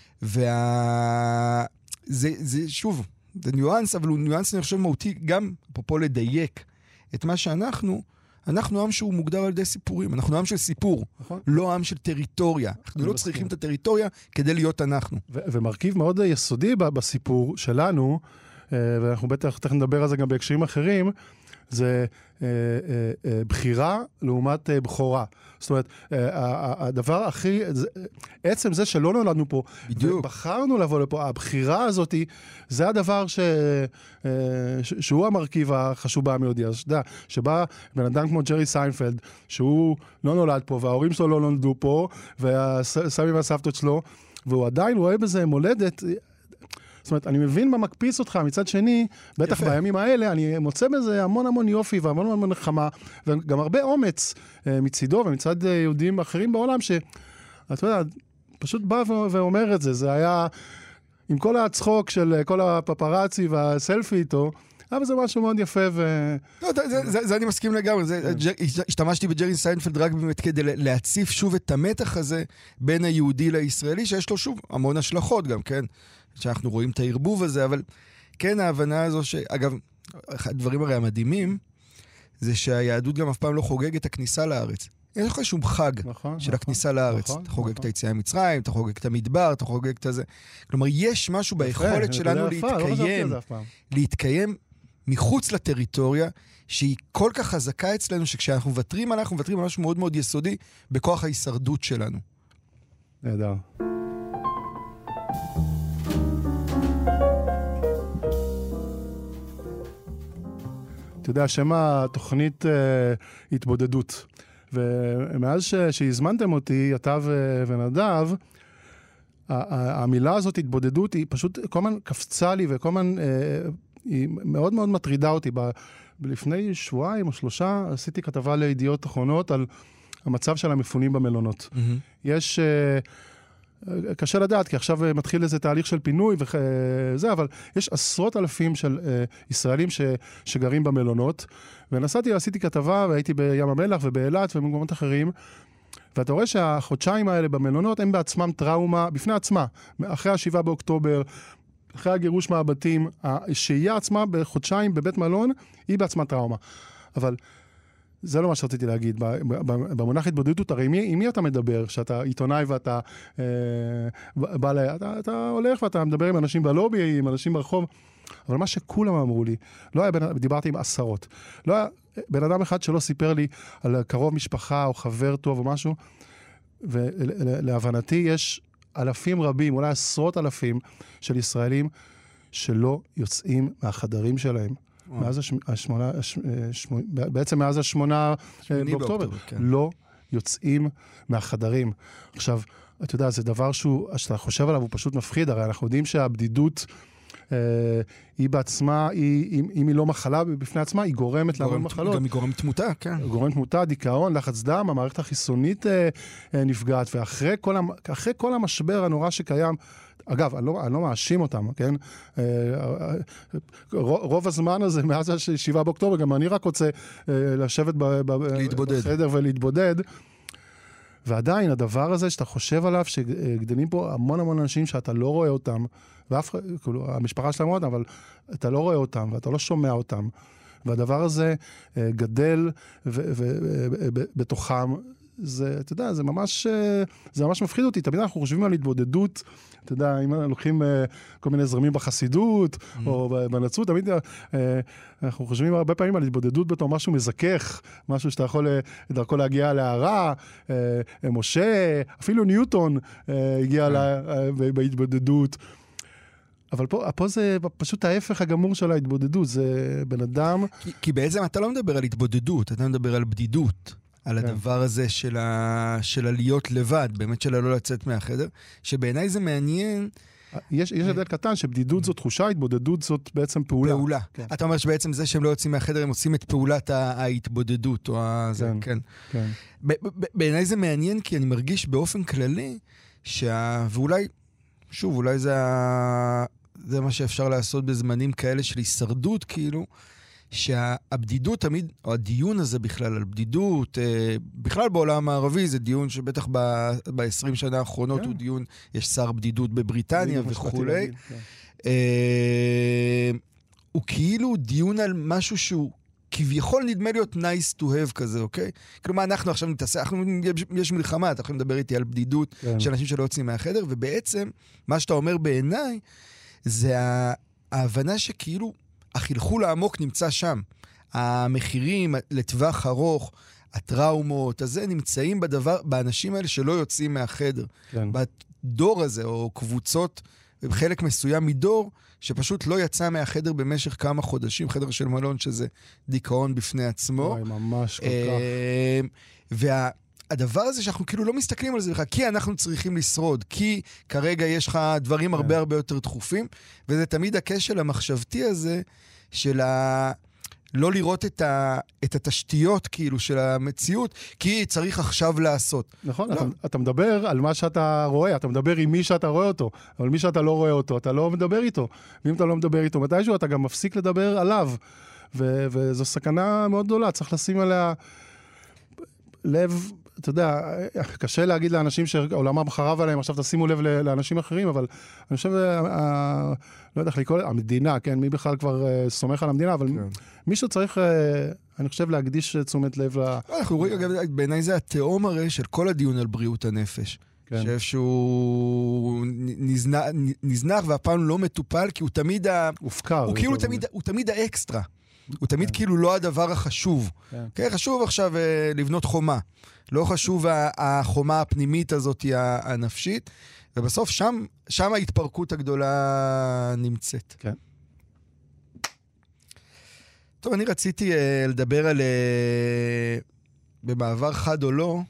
זה שוב, זה ניואנס, אבל הוא ניואנס אני חושב מהותי, גם פה לדייק את מה שאנחנו עם שהוא מוגדר על ידי סיפורים. אנחנו עם של סיפור, לא עם של טריטוריה. אנחנו לא צריכים את הטריטוריה כדי להיות אנחנו. ומרכיב מאוד יסודי בסיפור שלנו, ואנחנו בטח נדבר על זה גם בהקשרים אחרים, זה בחירה לעומת בחורה. זאת אומרת, הדבר הכי, עצם זה שלא נולדנו פה, ובחרנו לבוא לפה, הבחירה הזאת, זה הדבר שהוא המרכיב החשוב בעם היהודי. אז שדע, שבא בן אדם כמו ג'רי סיינפלד, שהוא לא נולד פה, וההורים שלו לא נולדו פה, והסבים והסבתות שלו, והוא עדיין רואה בזה מולדת. זאת אומרת, אני מבין מה מקפיץ אותך, מצד שני, בטח יפה. בימים האלה, אני מוצא בזה המון המון יופי והמון המון נחמה, וגם הרבה אומץ מצידו ומצד יהודים אחרים בעולם, שאתה יודע, פשוט בא ואומר את זה. זה היה, עם כל הצחוק של כל הפפרצי והסלפי איתו, אבל זה משהו מאוד יפה לא, זה אני מסכים לגמרי. השתמשתי בג'רי סיינפלד רק באמת כדי להציף שוב את המתח הזה בין היהודי לישראלי, שיש לו שוב המון השלכות גם, כן? שאנחנו רואים את הערבוב הזה, אבל כן ההבנה הזו אגב, אחד הדברים הרי המדהימים, זה שהיהדות גם אף פעם לא חוגג את הכניסה לארץ. יש לך שום חג של הכניסה לארץ. אתה חוגג את היציאה ממצרים, אתה חוגג את המדבר, אתה חוגג את זה. כלומר, יש משהו ביכולת שלנו להתקיים מחוץ לטריטוריה, שהיא כל כך חזקה אצלנו, שכשאנחנו מוותרים עליה, אנחנו מוותרים על משהו מאוד מאוד יסודי, בכוח ההישרדות שלנו. נהדר. אתה יודע, שם התוכנית התבודדות. ומאז שהזמנתם אותי, אתה ונדב, המילה הזאת, התבודדות, היא פשוט כל הזמן קפצה לי, וכל הזמן היא מאוד מאוד מטרידה אותי. לפני שבועיים או 3 עשיתי כתבה לידיעות אחרונות על המצב של המפונים במלונות. יש... קשה לדעת, כי עכשיו מתחיל איזה תהליך של פינוי וזה, אבל יש עשרות אלפים של ישראלים שגרים במלונות, ונסעתי, עשיתי כתבה, והייתי בים המלח ובאילת ובמקומות אחרים, ואתה רואה שהחודשיים האלה במלונות הם בעצמם טראומה בפני עצמה, אחרי 7 באוקטובר, אחרי הגירוש מהבתים, השהייה עצמה בחודשיים בבית מלון, היא בעצמה טראומה. אבל זה לא מה שרציתי להגיד. במונח התבודדות, הרי עם מי אתה מדבר? שאתה עיתונאי ואתה אתה הולך ואתה מדבר עם אנשים בלובי, עם אנשים ברחוב, אבל מה שכולם אמרו לי, לא היה דיברתי עם עשרות, לא היה בן אדם אחד שלא סיפר לי על קרוב משפחה או חבר טוב או משהו, ולהבנתי יש אלפים רבים, אולי עשרות אלפים של ישראלים שלא יוצאים מהחדרים שלהם. בעצם מאז 8 באוקטובר, לא יוצאים מהחדרים. עכשיו, אתה יודע, זה דבר שאתה חושב עליו, הוא פשוט מפחיד, הרי אנחנו יודעים שהבדידות היא בעצמה, אם היא לא מחלה בפני עצמה, היא גורמת להמון מחלות. גם היא גורמת תמותה, כן. גורמת תמותה, דיכאון, לחץ דם, המערכת החיסונית נפגעת, ואחרי כל המשבר הנורא שקיים, אגב, אני לא מאשים אותם, כן? רוב הזמן הזה, מאז 7 באוקטובר, גם אני רק רוצה לשבת בחדר ולהתבודד, ועדיין הדבר הזה שאתה חושב עליו, שגדלים פה המון אנשים שאתה לא רואה אותם, המשפחה שלהם רואה אותם, אבל אתה לא רואה אותם, ואתה לא שומע אותם, והדבר הזה גדל בתוכם, זה, אתה יודע, זה ממש מפחיד אותי. תמיד אנחנו חושבים על התבודדות, אתה יודע, אם לוקחים כל מיני זרמים בחסידות, או בנצרות, תמיד אנחנו חושבים הרבה פעמים על התבודדות בתור משהו מזכך, משהו שאתה יכול דרכו להגיע להערה, משה, אפילו ניוטון הגיע בהתבודדות. אבל פה זה פשוט ההפך הגמור של ההתבודדות, זה בן אדם... כי בעצם אתה לא מדבר על התבודדות, אתה מדבר על בדידות. על הדבר הזה של להיות לבד, באמת של לא לצאת מהחדר, שבעיניי זה מעניין. יש הבדל קטן שבדידות זו תחושה, התבודדות זאת בעצם פעולה. פעולה. אתה אומר שבעצם זה שהם לא יוצאים מהחדר, הם עושים את פעולת ההתבודדות, או זה, כן. בעיניי זה מעניין, כי אני מרגיש באופן כללי, ואולי, שוב, אולי זה מה שאפשר לעשות בזמנים כאלה של הישרדות, כאילו, שהבדידות תמיד, או הדיון הזה בכלל על בדידות, בכלל בעולם הערבי זה דיון שבטח ב-20 שנה האחרונות הוא דיון, יש שר בדידות בבריטניה וכו'. הוא כאילו דיון על משהו שהוא כביכול נדמה להיות nice to have כזה, אוקיי? כלומר, אנחנו עכשיו נתעסק, יש מלחמה, אתה יכול לדבר איתי על בדידות של אנשים שלא יוצאים מהחדר, ובעצם מה שאתה אומר בעיניי, זה ההבנה שכאילו החלחול העמוק נמצא שם. המחירים לטווח ארוך, הטראומות, הזה נמצאים באנשים האלה שלא יוצאים מהחדר. כן. בדור הזה, או קבוצות, חלק מסוים מדור, שפשוט לא יצא מהחדר במשך כמה חודשים, חדר של מלון, שזה דיכאון בפני עצמו. וואי, ממש כל כך. הדבר הזה שאנחנו כאילו לא מסתכלים על זה בכלל, כי אנחנו צריכים לשרוד, כי כרגע יש לך דברים הרבה יותר דחופים, וזה תמיד הכשל המחשבתי הזה של לא לראות את התשתיות כאילו של המציאות, כי צריך עכשיו לעשות. נכון, אתה מדבר על מה שאתה רואה, אתה מדבר עם מי שאתה רואה אותו, אבל מי שאתה לא רואה אותו, אתה לא מדבר איתו. ואם אתה לא מדבר איתו, מתישהו אתה גם מפסיק לדבר עליו. וזו סכנה מאוד גדולה, צריך לשים עליה לב, אתה יודע, קשה להגיד לאנשים שהעולמם חרב עליהם, עכשיו תשימו לב לאנשים אחרים, אבל אני חושב, לא יודע איך לקרוא, המדינה, כן, מי בכלל כבר סומך על המדינה, אבל מישהו צריך, אני חושב, להקדיש תשומת לב אנחנו רואים, בעיניי זה התאום הרי של כל הדיון על בריאות הנפש. שאיפשהו נזנח והפעם לא מטופל, כי הוא תמיד הופקר. הוא תמיד האקסטרה. הוא תמיד כאילו לא הדבר החשוב. כן, חשוב עכשיו לבנות חומה. לא חשוב החומה הפנימית הזאת הנפשית, ובסוף שם ההתפרקות הגדולה נמצאת. כן. טוב, אני רציתי לדבר על, במעבר חד או לא,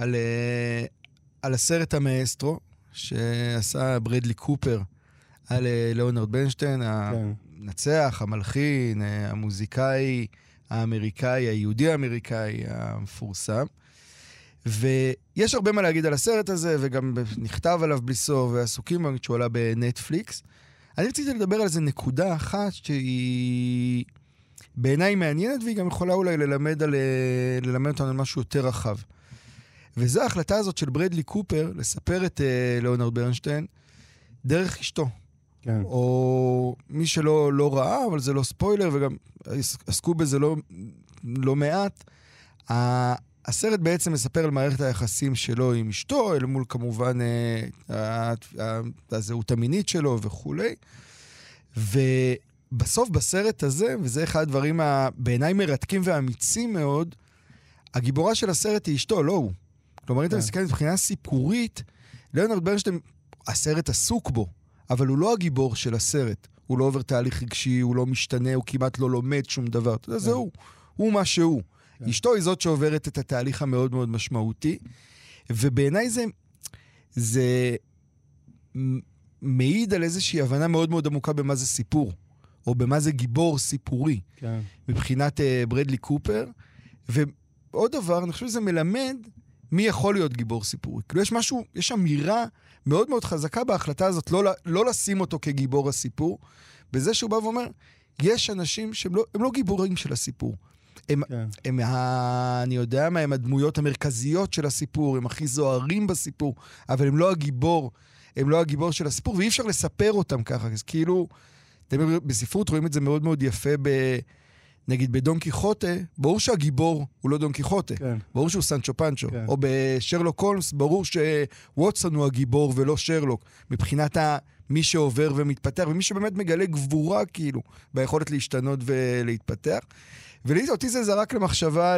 על הסרט המאסטרו, שעשה ברדלי קופר, על ליאונרד ברנשטיין, הנצח, המלחין, המוזיקאי האמריקאי, היהודי האמריקאי המפורסם. ויש הרבה מה להגיד על הסרט הזה, וגם נכתב עליו בלי סוף, ועסוקים כשהוא עלה בנטפליקס. אני רציתי לדבר על איזה נקודה אחת שהיא בעיניי מעניינת, והיא גם יכולה אולי ללמד אותנו על משהו יותר רחב. וזו ההחלטה הזאת של ברדלי קופר לספר את ליאונרד ברנשטיין דרך אשתו. כן. או מי שלא לא ראה, אבל זה לא ספוילר, וגם עסקו בזה לא מעט. הסרט בעצם מספר על מערכת היחסים שלו עם אשתו, אל מול כמובן הזהות המינית שלו וכו'. ובסוף בסרט הזה, וזה אחד הדברים בעיניי מרתקים ואמיצים מאוד, הגיבורה של הסרט היא אשתו, לא הוא. כלומר, אם אתה מסתכל מבחינה סיפורית, ליאונרד ברנשטיין, הסרט עסוק בו, אבל הוא לא הגיבור של הסרט. הוא לא עובר תהליך רגשי, הוא לא משתנה, הוא כמעט לא לומד שום דבר. אתה יודע, זה הוא מה שהוא. אשתו היא זאת שעוברת את התהליך המאוד מאוד משמעותי, ובעיניי זה מעיד על איזושהי הבנה מאוד מאוד עמוקה במה זה סיפור, או במה זה גיבור סיפורי, מבחינת ברדלי קופר. ועוד דבר, אני חושב שזה מלמד מי יכול להיות גיבור סיפורי. כאילו יש משהו, יש אמירה מאוד מאוד חזקה בהחלטה הזאת, לא לשים אותו כגיבור הסיפור, בזה שהוא בא ואומר, יש אנשים שהם לא גיבורים של הסיפור. אני יודע מה, הם הדמויות המרכזיות של הסיפור, הם הכי זוהרים בסיפור, אבל הם לא הגיבור של הסיפור, ואי אפשר לספר אותם ככה. אז כאילו, בספרות רואים את זה מאוד מאוד יפה נגיד בדון קיחוטה, ברור שהגיבור הוא לא דון קיחוטה, ברור שהוא סנצ'ו פנצ'ו, או בשרלוק הולמס, ברור שווטסון הוא הגיבור ולא שרלוק, מבחינת מי שעובר ומתפתח, ומי שבאמת מגלה גבורה כאילו, ביכולת להשתנות ולהתפתח. ולאותי זה זרק למחשבה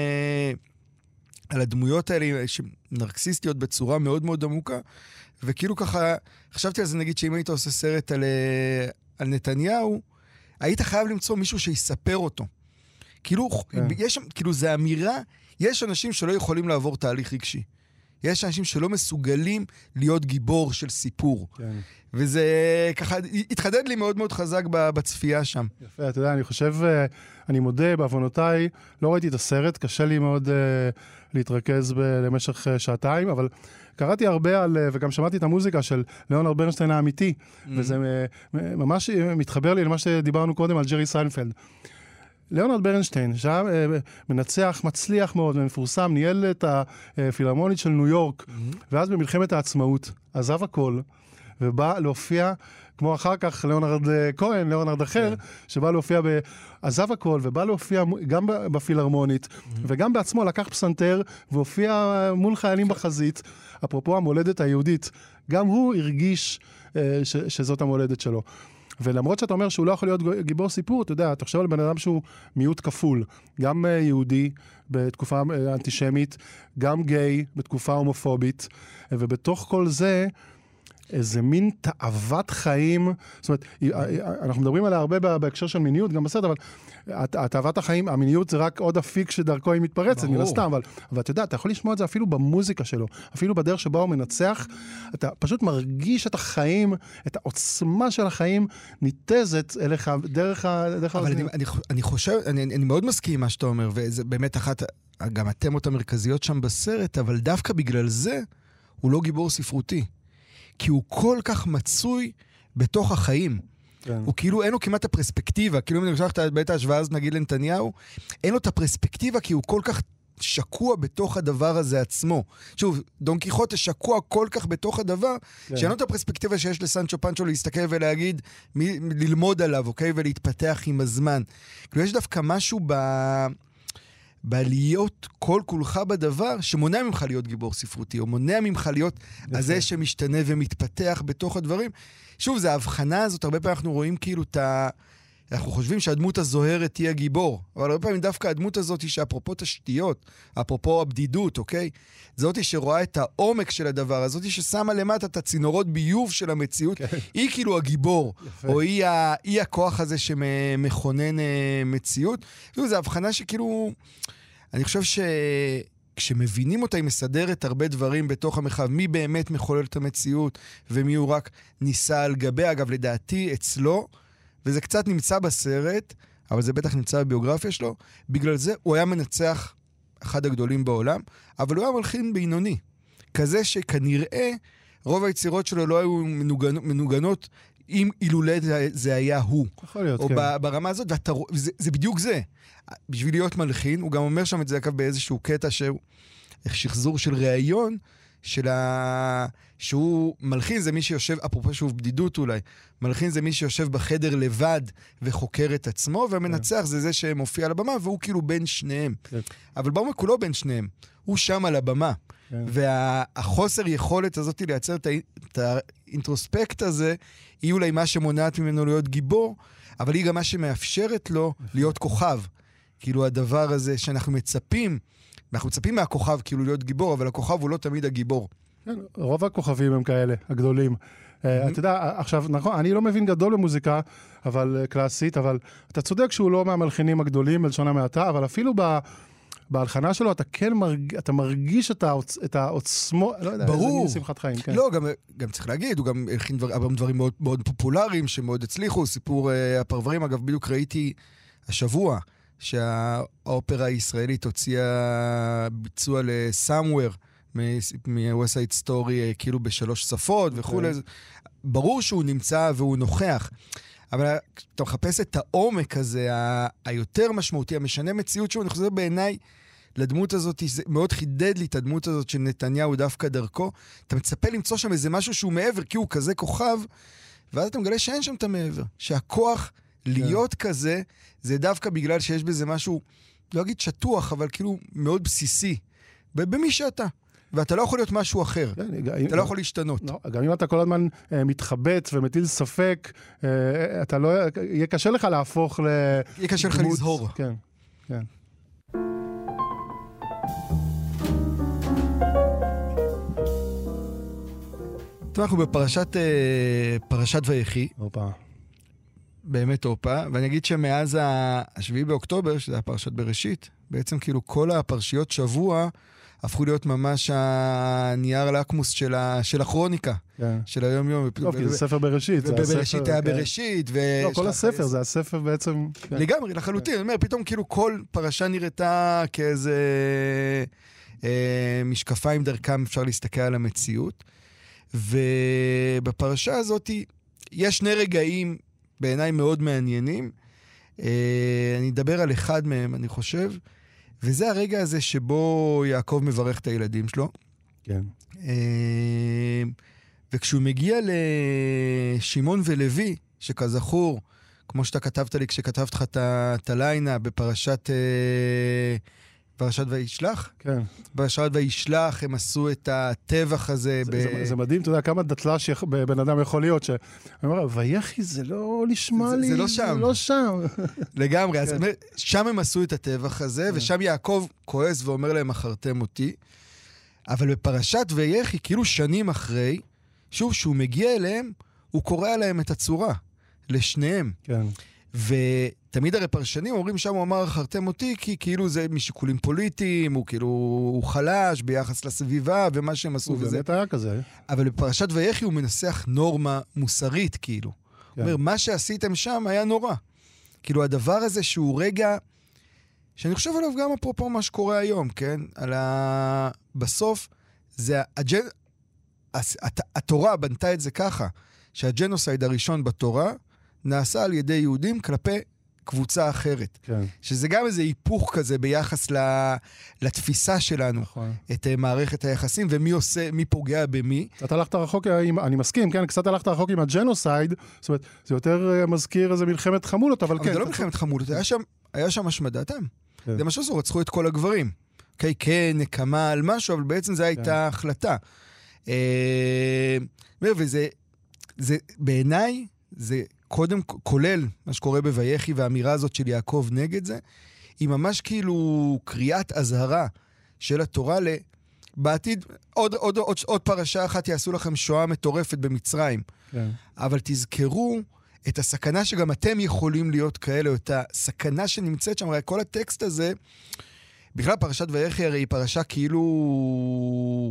על הדמויות האלה שנרקסיסטיות בצורה מאוד מאוד עמוקה, וכאילו ככה, חשבתי על זה נגיד שאם היית עושה סרט על נתניהו, היית חייב למצוא מישהו שיספר אותו. כאילו, כאילו זה אמירה, יש אנשים שלא יכולים לעבור תהליך רגשי. יש אנשים שלא מסוגלים להיות גיבור של סיפור. וזה ככה, התחדד לי מאוד מאוד חזק בצפייה שם. יפה, אתה יודע, אני חושב, אני מודה, בעוונותיי, לא ראיתי את הסרט, קשה לי מאוד להתרכז למשך שעתיים, אבל קראתי הרבה וגם שמעתי את המוזיקה של ליאונרד ברנשטיין האמיתי, וזה ממש מתחבר לי למה שדיברנו קודם על ג'רי סיינפלד. ליאונרד ברנשטיין, שהיה מנצח מצליח מאוד ומפורסם, ניהל את הפילהרמונית של ניו יורק, ואז במלחמת העצמאות עזב הכל, ובא להופיע, כמו אחר כך ליאונרד כהן, ליאונרד אחר, שבא להופיע עזב הכל, ובא להופיע גם בפילהרמונית, וגם בעצמו לקח פסנתר, והופיע מול חיילים בחזית, אפרופו המולדת היהודית, גם הוא הרגיש שזאת המולדת שלו. ולמרות שאתה אומר שהוא לא יכול להיות גיבור סיפור, אתה יודע, תחשוב על בן אדם שהוא מיעוט כפול, גם יהודי בתקופה אנטישמית, גם גיי בתקופה הומופובית, ובתוך כל זה, איזה מין תאוות חיים, זאת אומרת, אנחנו מדברים עליה הרבה בהקשר של מיניות, גם בסדר, אבל תאוות החיים, המיניות זה רק עוד אפיק שדרכו היא מתפרצת, מן הסתם, אבל אתה יודע, אתה יכול לשמוע את זה אפילו במוזיקה שלו, אפילו בדרך שבה הוא מנצח, אתה פשוט מרגיש את החיים, את העוצמה של החיים, ניתזת אליך דרך אבל אני חושב, אני מאוד מסכים עם מה שאתה אומר, וזה באמת אחת, גם התמות המרכזיות שם בסרט, אבל דווקא בגלל זה, הוא לא גיבור ספרותי. כי הוא כל כך מצוי בתוך החיים. כן. הוא כאילו, אין לו כמעט הפרספקטיבה, כאילו אם אני חושב את בית ההשוואה אז נגיד לנתניהו, אין לו את הפרספקטיבה כי הוא כל כך שקוע בתוך הדבר הזה עצמו. שוב, דון קיחוטה שקוע כל כך בתוך הדבר, כן. שאין לו את הפרספקטיבה שיש לסנצ'ו פנצ'ו להסתכל ולהגיד, ללמוד עליו, אוקיי? ולהתפתח עם הזמן. כאילו יש דווקא משהו בלהיות כל כולך בדבר שמונע ממך להיות גיבור ספרותי, או מונע ממך להיות הזה שמשתנה ומתפתח בתוך הדברים. שוב, זה ההבחנה הזאת, הרבה פעמים אנחנו רואים כאילו אנחנו חושבים שהדמות הזוהרת היא הגיבור, אבל הרבה פעמים דווקא הדמות הזאת היא שאפרופו תשתיות, אפרופו הבדידות, אוקיי? זאת שרואה את העומק של הדבר, הזאת ששמה למטה את הצינורות ביוב של המציאות, היא כאילו הגיבור, או היא הכוח הזה שמכונן מציאות. זו הבחנה שכאילו, אני חושב כשמבינים אותה היא מסדרת הרבה דברים בתוך המרחב, מי באמת מחולל את המציאות, ומי הוא רק ניסה על גבי, אגב לדעתי אצלו, וזה קצת נמצא בסרט, אבל זה בטח נמצא בביוגרפיה שלו, בגלל זה הוא היה מנצח אחד הגדולים בעולם, אבל הוא היה מלחין בינוני. כזה שכנראה רוב היצירות שלו לא היו מנוגנות אם אילולא זה היה הוא. יכול להיות, או כן. ברמה הזאת, זה בדיוק זה. בשביל להיות מלחין, הוא גם אומר שם את זה באיזשהו קטע שהוא שחזור של ראיון, שהוא מלחין זה מי שיושב, אפרופו שוב בדידות אולי, מלחין זה מי שיושב בחדר לבד וחוקר את עצמו, והמנצח זה זה שמופיע על הבמה, והוא כאילו בין שניהם. אבל בעומק הוא לא בין שניהם, הוא שם על הבמה. והחוסר יכולת הזאת לייצר את האינטרוספקט הזה, היא אולי מה שמונעת ממנו להיות גיבור, אבל היא גם מה שמאפשרת לו להיות כוכב. כאילו הדבר הזה שאנחנו מצפים, אנחנו מצפים מהכוכב כאילו להיות גיבור, אבל הכוכב הוא לא תמיד הגיבור. כן, רוב הכוכבים הם כאלה, הגדולים. אתה יודע, עכשיו, נכון, אני לא מבין גדול במוזיקה, אבל קלאסית, אבל אתה צודק שהוא לא מהמלחינים הגדולים בלשון המעטה, אבל אפילו בהלחנה שלו אתה כן מרגיש את העוצמו, לא יודע, ברור. איזה מין שמחת חיים. כן. לא, גם צריך להגיד, הוא גם הכין דברים מאוד, מאוד פופולריים שמאוד הצליחו, סיפור הפרברים, אגב, בדיוק ראיתי השבוע, שהאופרה הישראלית הוציאה ביצוע ל-Somewhere, מ-West Side Story, כאילו בשלוש שפות וכו'. ברור שהוא נמצא והוא נוכח, אבל אתה מחפש את העומק הזה, היותר משמעותי, המשנה מציאות שהוא נחזר בעיניי לדמות הזאת, זה מאוד חידד לי את הדמות הזאת של נתניהו דווקא דרכו. אתה מצפה למצוא שם איזה משהו שהוא מעבר, כי הוא כזה כוכב, ואז אתה מגלה שאין שם את המעבר. שהכוח להיות כזה, זה דווקא בגלל שיש בזה משהו, לא אגיד שטוח, אבל כאילו מאוד בסיסי, במי שאתה. ואתה לא יכול להיות משהו אחר. אתה לא יכול להשתנות. גם אם אתה כל הזמן מתחבט ומטיל ספק, אתה לא, יהיה קשה לך להפוך יהיה קשה לך לזהור. כן, כן. טוב, אנחנו בפרשת ויחי. אופה. באמת אופה. ואני אגיד שמאז השביעי באוקטובר, שזה הפרשת בראשית, בעצם כאילו כל הפרשיות שבוע, הפכו להיות ממש הנייר לקמוס של הכרוניקה, של היום-יום. טוב, כי זה ספר בראשית. בראשית היה בראשית. לא, כל הספר, זה הספר בעצם... לגמרי, לחלוטין. אני אומר, פתאום כאילו כל פרשה נראתה כאיזה משקפיים דרכם אפשר להסתכל על המציאות. ובפרשה הזאת יש שני רגעים בעיניי מאוד מעניינים. אני אדבר על אחד מהם, אני חושב. וזה הרגע הזה שבו יעקב מברך את הילדים שלו. כן. וכשהוא מגיע לשמעון ולוי, שכזכור, כמו שאתה כתבת לי כשכתבת לך את הליינה בפרשת וישלח? כן. פרשת וישלח, הם עשו את הטבח הזה. זה מדהים, אתה יודע, כמה דתל"ש בן אדם יכול להיות, שאני אומר, ויחי זה לא נשמע לי. זה לא שם. זה לא שם. לגמרי, אז שם הם עשו את הטבח הזה, ושם יעקב כועס ואומר להם, אחרתם אותי. אבל בפרשת ויחי, כאילו שנים אחרי, שוב, שהוא מגיע אליהם, הוא קורא עליהם את הצורה, לשניהם. כן. ותמיד הרי פרשנים אומרים שם, הוא אמר, חרתם אותי, כי כאילו זה משיקולים פוליטיים, הוא כאילו, הוא חלש ביחס לסביבה, ומה שהם עשו וזה. הוא באמת היה כזה. אבל בפרשת ויחי הוא מנסח נורמה מוסרית, כאילו. הוא אומר, מה שעשיתם שם היה נורא. כאילו, הדבר הזה שהוא רגע, שאני חושב עליו גם אפרופו מה שקורה היום, כן? בסוף, זה התורה בנתה את זה ככה, שהג'נוסייד הראשון בתורה נעשה על ידי יהודים כלפי קבוצה אחרת. כן. שזה גם איזה היפוך כזה ביחס לתפיסה שלנו, נכון. את מערכת היחסים, ומי עושה, מי פוגע במי. אתה הלכת רחוק, אני מסכים, כן? קצת הלכת רחוק עם הג'נוסייד, זאת אומרת, זה יותר מזכיר איזה מלחמת חמולות, אבל כן. זה לא מלחמת חמולות, היה שם השמדתם. כן. זה מה שעשו, רצחו את כל הגברים. אוקיי, כן, נקמה על משהו, אבל בעצם זו הייתה החלטה. וזה, בעיניי, זה קודם כולל מה שקורה בויחי, והאמירה הזאת של יעקב נגד זה, היא ממש כאילו קריאת אזהרה של התורה בעתיד, עוד פרשה אחת יעשו לכם שואה מטורפת במצרים. כן. אבל תזכרו את הסכנה שגם אתם יכולים להיות כאלה, את הסכנה שנמצאת שם, הרי כל הטקסט הזה, בכלל פרשת ויחי הרי היא פרשה כאילו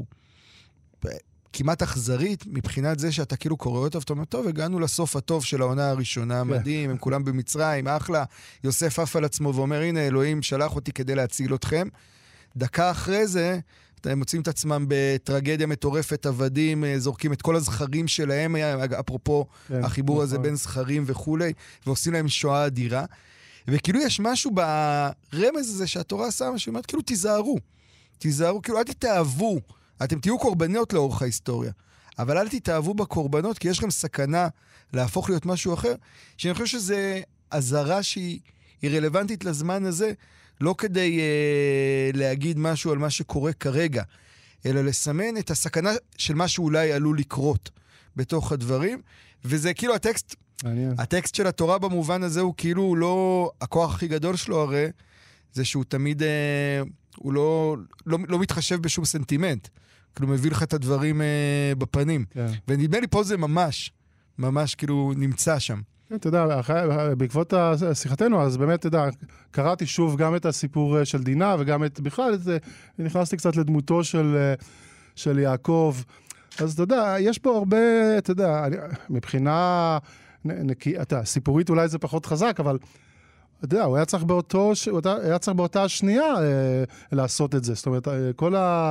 כמעט אכזרית, מבחינת זה שאתה כאילו קורא אותה, ואתה אומר, טוב, הגענו לסוף הטוב של העונה הראשונה, מדהים, הם כולם במצרים, אחלה, יוסף עף על עצמו ואומר, הנה, אלוהים שלח אותי כדי להציל אתכם. דקה אחרי זה, הם מוצאים את עצמם בטרגדיה מטורפת, עבדים, זורקים את כל הזכרים שלהם, אפרופו החיבור הזה בין זכרים וכו', ועושים להם שואה אדירה. וכאילו יש משהו ברמז הזה שהתורה שמה, שאומרת, כאילו תיזהרו, כאילו אל תתאהבו, אתם תהיו קורבנות לאורך ההיסטוריה, אבל אל תתאהבו בקורבנות, כי יש לכם סכנה להפוך להיות משהו אחר, שאני חושב שזה אזהרה שהיא רלוונטית לזמן הזה, לא כדי להגיד משהו על מה שקורה כרגע, אלא לסמן את הסכנה של מה שאולי עלול לקרות בתוך הדברים, וזה כאילו הטקסט של התורה במובן הזה הוא כאילו לא, הכוח הכי גדול שלו הרי, זה שהוא תמיד, הוא לא מתחשב בשום סנטימנט, כאילו מביא לך את הדברים בפנים. כן. ונדמה לי פה זה ממש כאילו נמצא שם. אתה יודע, בעקבות שיחתנו, אז באמת, אתה יודע, קראתי שוב גם את הסיפור של דינה, וגם את בכלל, נכנסתי קצת לדמותו של יעקב. אז אתה יודע, יש פה הרבה, אתה יודע, מבחינה, סיפורית אולי זה פחות חזק, אבל אתה יודע, הוא היה צריך באותה שנייה לעשות את זה. זאת אומרת, כל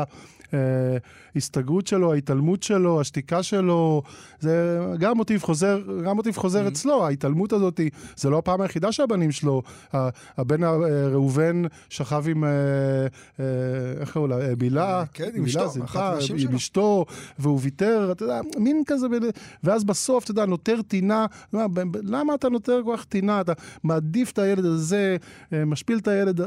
ההסתגרות שלו, ההתעלמות שלו, השתיקה שלו, זה גם מוטיב חוזר אצלו. ההתעלמות הזאת, זה לא הפעם היחידה שהבנים שלו, הבן ראובן שכב עם, איך קראו לה? בילה, עם אשתו, והוא ויתר, אתה יודע, מין כזה, ואז בסוף, אתה יודע, נותר טינה, למה אתה נותר כל כך טינה? אתה מעדיף את הילד הזה, משפיל את הילד,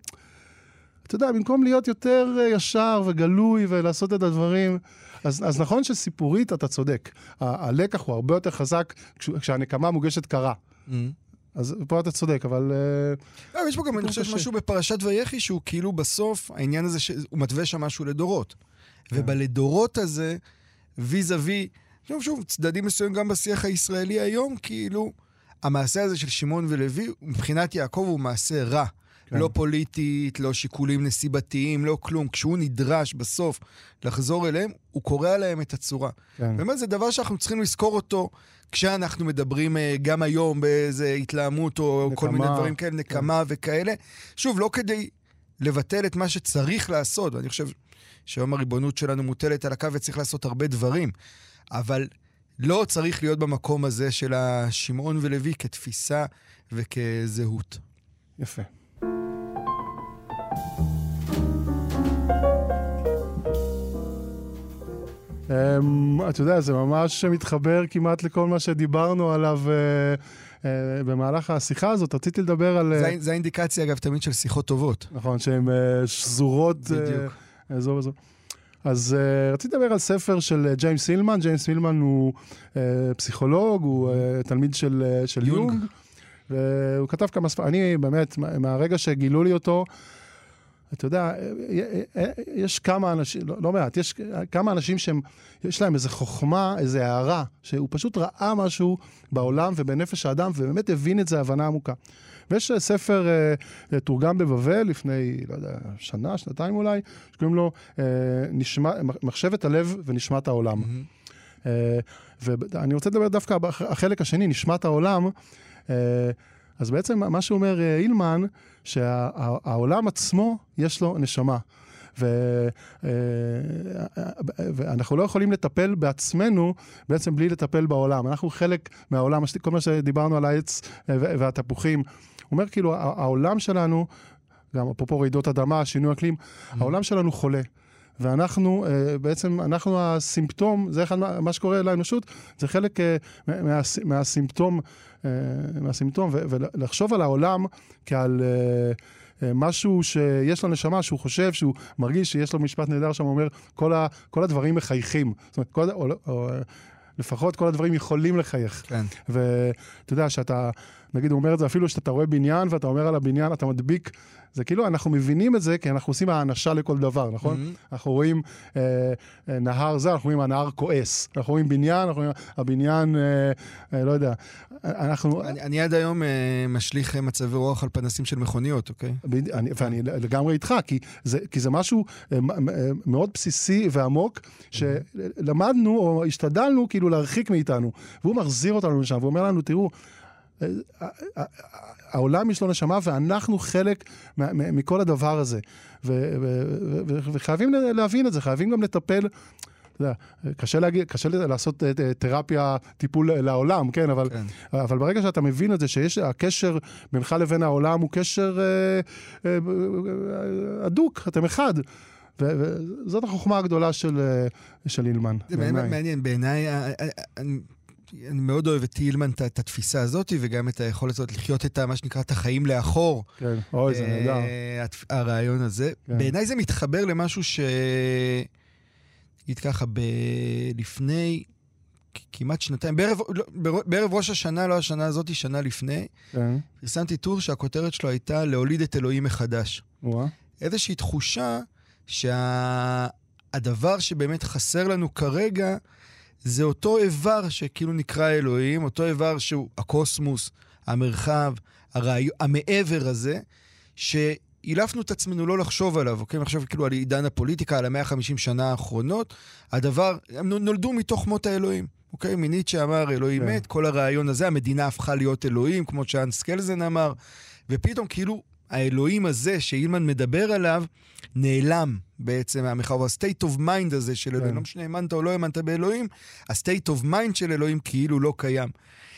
אתה יודע, במקום להיות יותר ישר וגלוי ולעשות את הדברים, אז נכון שסיפורית אתה צודק. הלקח הוא הרבה יותר חזק כשהנקמה מוגשת קרה. אז פה אתה צודק, אבל יש פה גם, אני חושב, משהו בפרשת ויחי, שהוא כאילו בסוף, העניין הזה שהוא מתווה שם משהו לדורות. ובלדורות הזה, ויזאבי, שוב, צדדים מסוים גם בשיח הישראלי היום, כאילו, המעשה הזה של שמעון ולוי, מבחינת יעקב הוא מעשה רע. לא פוליטית, לא שיקולים נסיבתיים, לא כלום. כשהוא נדרש בסוף לחזור אליהם, הוא קורא עליהם את הצורה. באמת זה דבר שאנחנו צריכים לזכור אותו כשאנחנו מדברים גם היום באיזה התלהמות או כל מיני דברים כאלה, נקמה וכאלה. שוב, לא כדי לבטל את מה שצריך לעשות, ואני חושב שהיום הריבונות שלנו מוטלת על הקו וצריך לעשות הרבה דברים, אבל לא צריך להיות במקום הזה של השמעון ולוי כתפיסה וכזהות. יפה. אתה יודע, זה ממש מתחבר כמעט לכל מה שדיברנו עליו במהלך השיחה הזאת. רציתי לדבר על... זה האינדיקציה, אגב, תמיד של שיחות טובות. נכון, שהן שזורות. בדיוק. אז רציתי לדבר על ספר של ג'יימס סילמן. ג'יימס סילמן הוא פסיכולוג, הוא תלמיד של יונג. והוא כתב כמה ספרים. אני באמת, מהרגע שגילו לי אותו, אתה יודע, יש כמה אנשים, לא מעט, יש כמה אנשים שיש להם איזו חוכמה, איזו הערה, שהוא פשוט ראה משהו בעולם ובנפש האדם, ובאמת הבין את זה הבנה עמוקה. ויש ספר תורגם בבבל לפני, לא יודע, שנה, שנתיים אולי, שקוראים לו מחשבת הלב ונשמת העולם. ואני רוצה לדבר דווקא בחלק השני, נשמת העולם. אז בעצם מה שאומר אילמן, שהעולם עצמו יש לו נשמה. ואנחנו לא יכולים לטפל בעצמנו בעצם בלי לטפל בעולם. אנחנו חלק מהעולם, כל מה שדיברנו על העץ והתפוחים. הוא אומר כאילו, העולם שלנו, גם אפרופו רעידות אדמה, שינוי אקלים, העולם שלנו חולה. ואנחנו, בעצם, אנחנו הסימפטום, זה אחד מה שקורה לאנושות, זה חלק מהסימפטום, ולחשוב על העולם כעל משהו שיש לו נשמה, שהוא חושב, שהוא מרגיש שיש לו משפט נהדר שם, הוא אומר, כל הדברים מחייכים. זאת אומרת, לפחות כל הדברים יכולים לחייך. כן. ואתה יודע, שאתה, נגיד, הוא אומר את זה, אפילו שאתה רואה בניין, ואתה אומר על הבניין, אתה מדביק, זה כאילו, אנחנו מבינים את זה, כי אנחנו עושים האנשה לכל דבר, נכון? אנחנו רואים נהר זה, אנחנו רואים הנהר כועס. אנחנו רואים בניין, אנחנו רואים הבניין, לא יודע. אני עד היום משליך מצבי רוח על פנסים של מכוניות, אוקיי? ואני לגמרי איתך, כי זה משהו מאוד בסיסי ועמוק, שלמדנו או השתדלנו כאילו להרחיק מאיתנו. והוא מחזיר אותנו לשם, והוא אומר לנו, תראו, העולם יש לו נשמה, ואנחנו חלק מכל הדבר הזה. וחייבים להבין את זה, חייבים גם לטפל, קשה לעשות תרפיה, טיפול לעולם, כן? אבל ברגע שאתה מבין את זה, שיש הקשר בינך לבין העולם, הוא קשר הדוק, אתם אחד. וזאת החוכמה הגדולה של אילמן. זה מעניין, בעיניי, אני מאוד אוהב את אילמן, את התפיסה הזאת, וגם את היכולת הזאת לחיות את מה שנקרא, את החיים לאחור. כן, אוי, זה נהדר. הרעיון הזה. בעיניי זה מתחבר למשהו נגיד ככה, לפני כמעט שנתיים, בערב ראש השנה, לא השנה הזאת, שנה לפני, פרסמתי טור שהכותרת שלו הייתה להוליד את אלוהים מחדש. איזושהי תחושה שהדבר שבאמת חסר לנו כרגע, זה אותו איבר שכאילו נקרא אלוהים, אותו איבר שהוא הקוסמוס, המרחב, המעבר הזה, שאילפנו את עצמנו לא לחשוב עליו, אוקיי? עכשיו כאילו על עידן הפוליטיקה, על 150 שנה האחרונות, הדבר, הם נולדו מתוך מות האלוהים, אוקיי? מניטשה אמר אלוהים מת, כל הרעיון הזה, המדינה הפכה להיות אלוהים, כמו שאנס קלזן אמר, ופתאום כאילו האלוהים הזה שאילמן מדבר עליו, נעלם בעצם מהמחשבה, ה-state of mind הזה של אלוהים, לא משנה, האמנת או לא האמנת באלוהים, ה-state of mind של אלוהים כאילו לא קיים.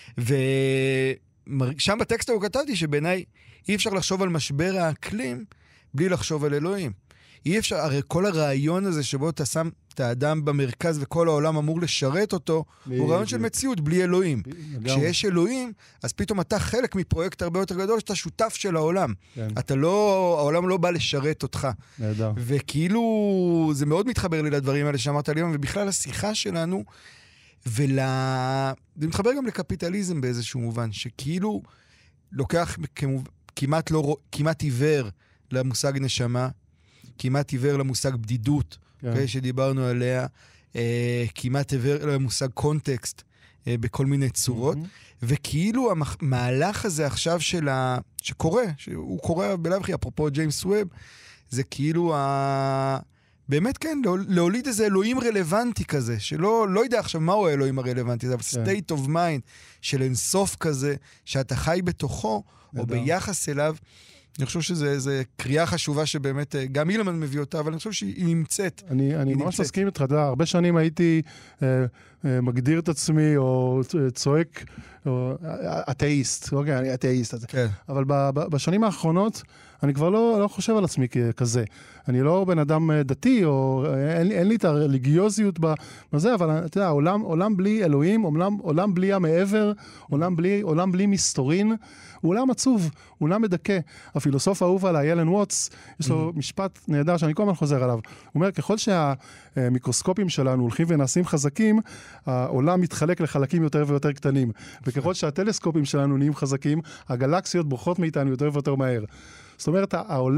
ושם בטקסט הוא כתבתי שבעיניי אי אפשר לחשוב על משבר האקלים בלי לחשוב על אלוהים. אי אפשר, הרי כל הרעיון הזה שבו אתה שם את האדם במרכז וכל העולם אמור לשרת אותו, הוא רעיון של מציאות בלי אלוהים. כשיש אלוהים, אז פתאום אתה חלק מפרויקט הרבה יותר גדול, שאתה שותף של העולם. אתה לא, העולם לא בא לשרת אותך. וכאילו, זה מאוד מתחבר לי לדברים האלה שאמרת לי, ובכלל השיחה שלנו, זה מתחבר גם לקפיטליזם באיזשהו מובן, שכאילו לוקח כמעט עיוור למושג נשמה, כמעט עיוור למושג בדידות, שדיברנו עליה, כמעט עיוור למושג קונטקסט, בכל מיני צורות, וכאילו המהלך הזה עכשיו שקורה, שהוא קורה בלבחי, אפרופו ג'יימס ווב, זה כאילו באמת כן, להוליד איזה אלוהים רלוונטי כזה, שלא יודע עכשיו מהו האלוהים הרלוונטי, זה state of mind של אינסוף כזה, שאתה חי בתוכו, או ביחס אליו. אני חושב שזו קריאה חשובה שבאמת, גם אילמן מביא אותה, אבל אני חושב שהיא נמצאת. אני ממש מסכים איתך, אתה יודע, הרבה שנים הייתי מגדיר את עצמי, או צועק, או אתאיסט, אוקיי, אני אתאיסט. אבל בשנים האחרונות, אני כבר לא חושב על עצמי כזה. אני לא בן אדם דתי, או אין לי את הרליגיוזיות בזה, אבל אתה יודע, עולם בלי אלוהים, עולם בלי המעבר, עולם בלי מסתורין, הוא עולם עצוב, הוא עולם מדכא. הפילוסוף האהוב עליי, אלן ווטס, יש לו משפט נהדר שאני כל הזמן חוזר עליו. הוא אומר, ככל שהמיקרוסקופים שלנו הולכים ונעשים חזקים, העולם מתחלק לחלקים יותר ויותר קטנים. וככל שהטלסקופים שלנו נהיים חזקים, הגלקסיות בורחות מאיתנו יותר ויותר מהר. זאת אומרת,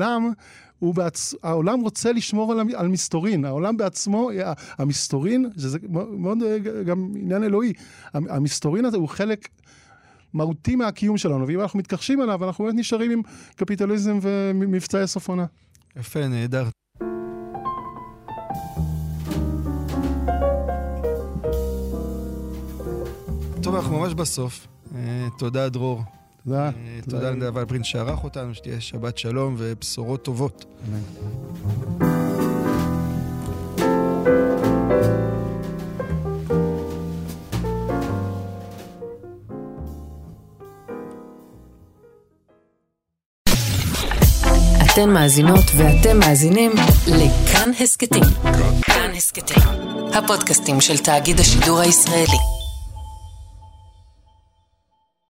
העולם רוצה לשמור על מסתורין, העולם בעצמו, המסתורין, שזה מאוד גם עניין אלוהי, המסתורין הזה הוא חלק מהותי מהקיום שלנו, ואם אנחנו מתכחשים אליו, אנחנו באמת נשארים עם קפיטליזם ומבצעי סוף עונה. יפה, נהדר. טוב, אנחנו ממש בסוף. תודה, דרור. תודה. תודה לנדב אלפרין שערך אותנו, שתהיה שבת שלום ובשורות טובות. אתן מאזינות ואתם מאזינים לכאן הסקטים. כאן הסקטים, הפודקאסטים של תאגיד השידור הישראלי.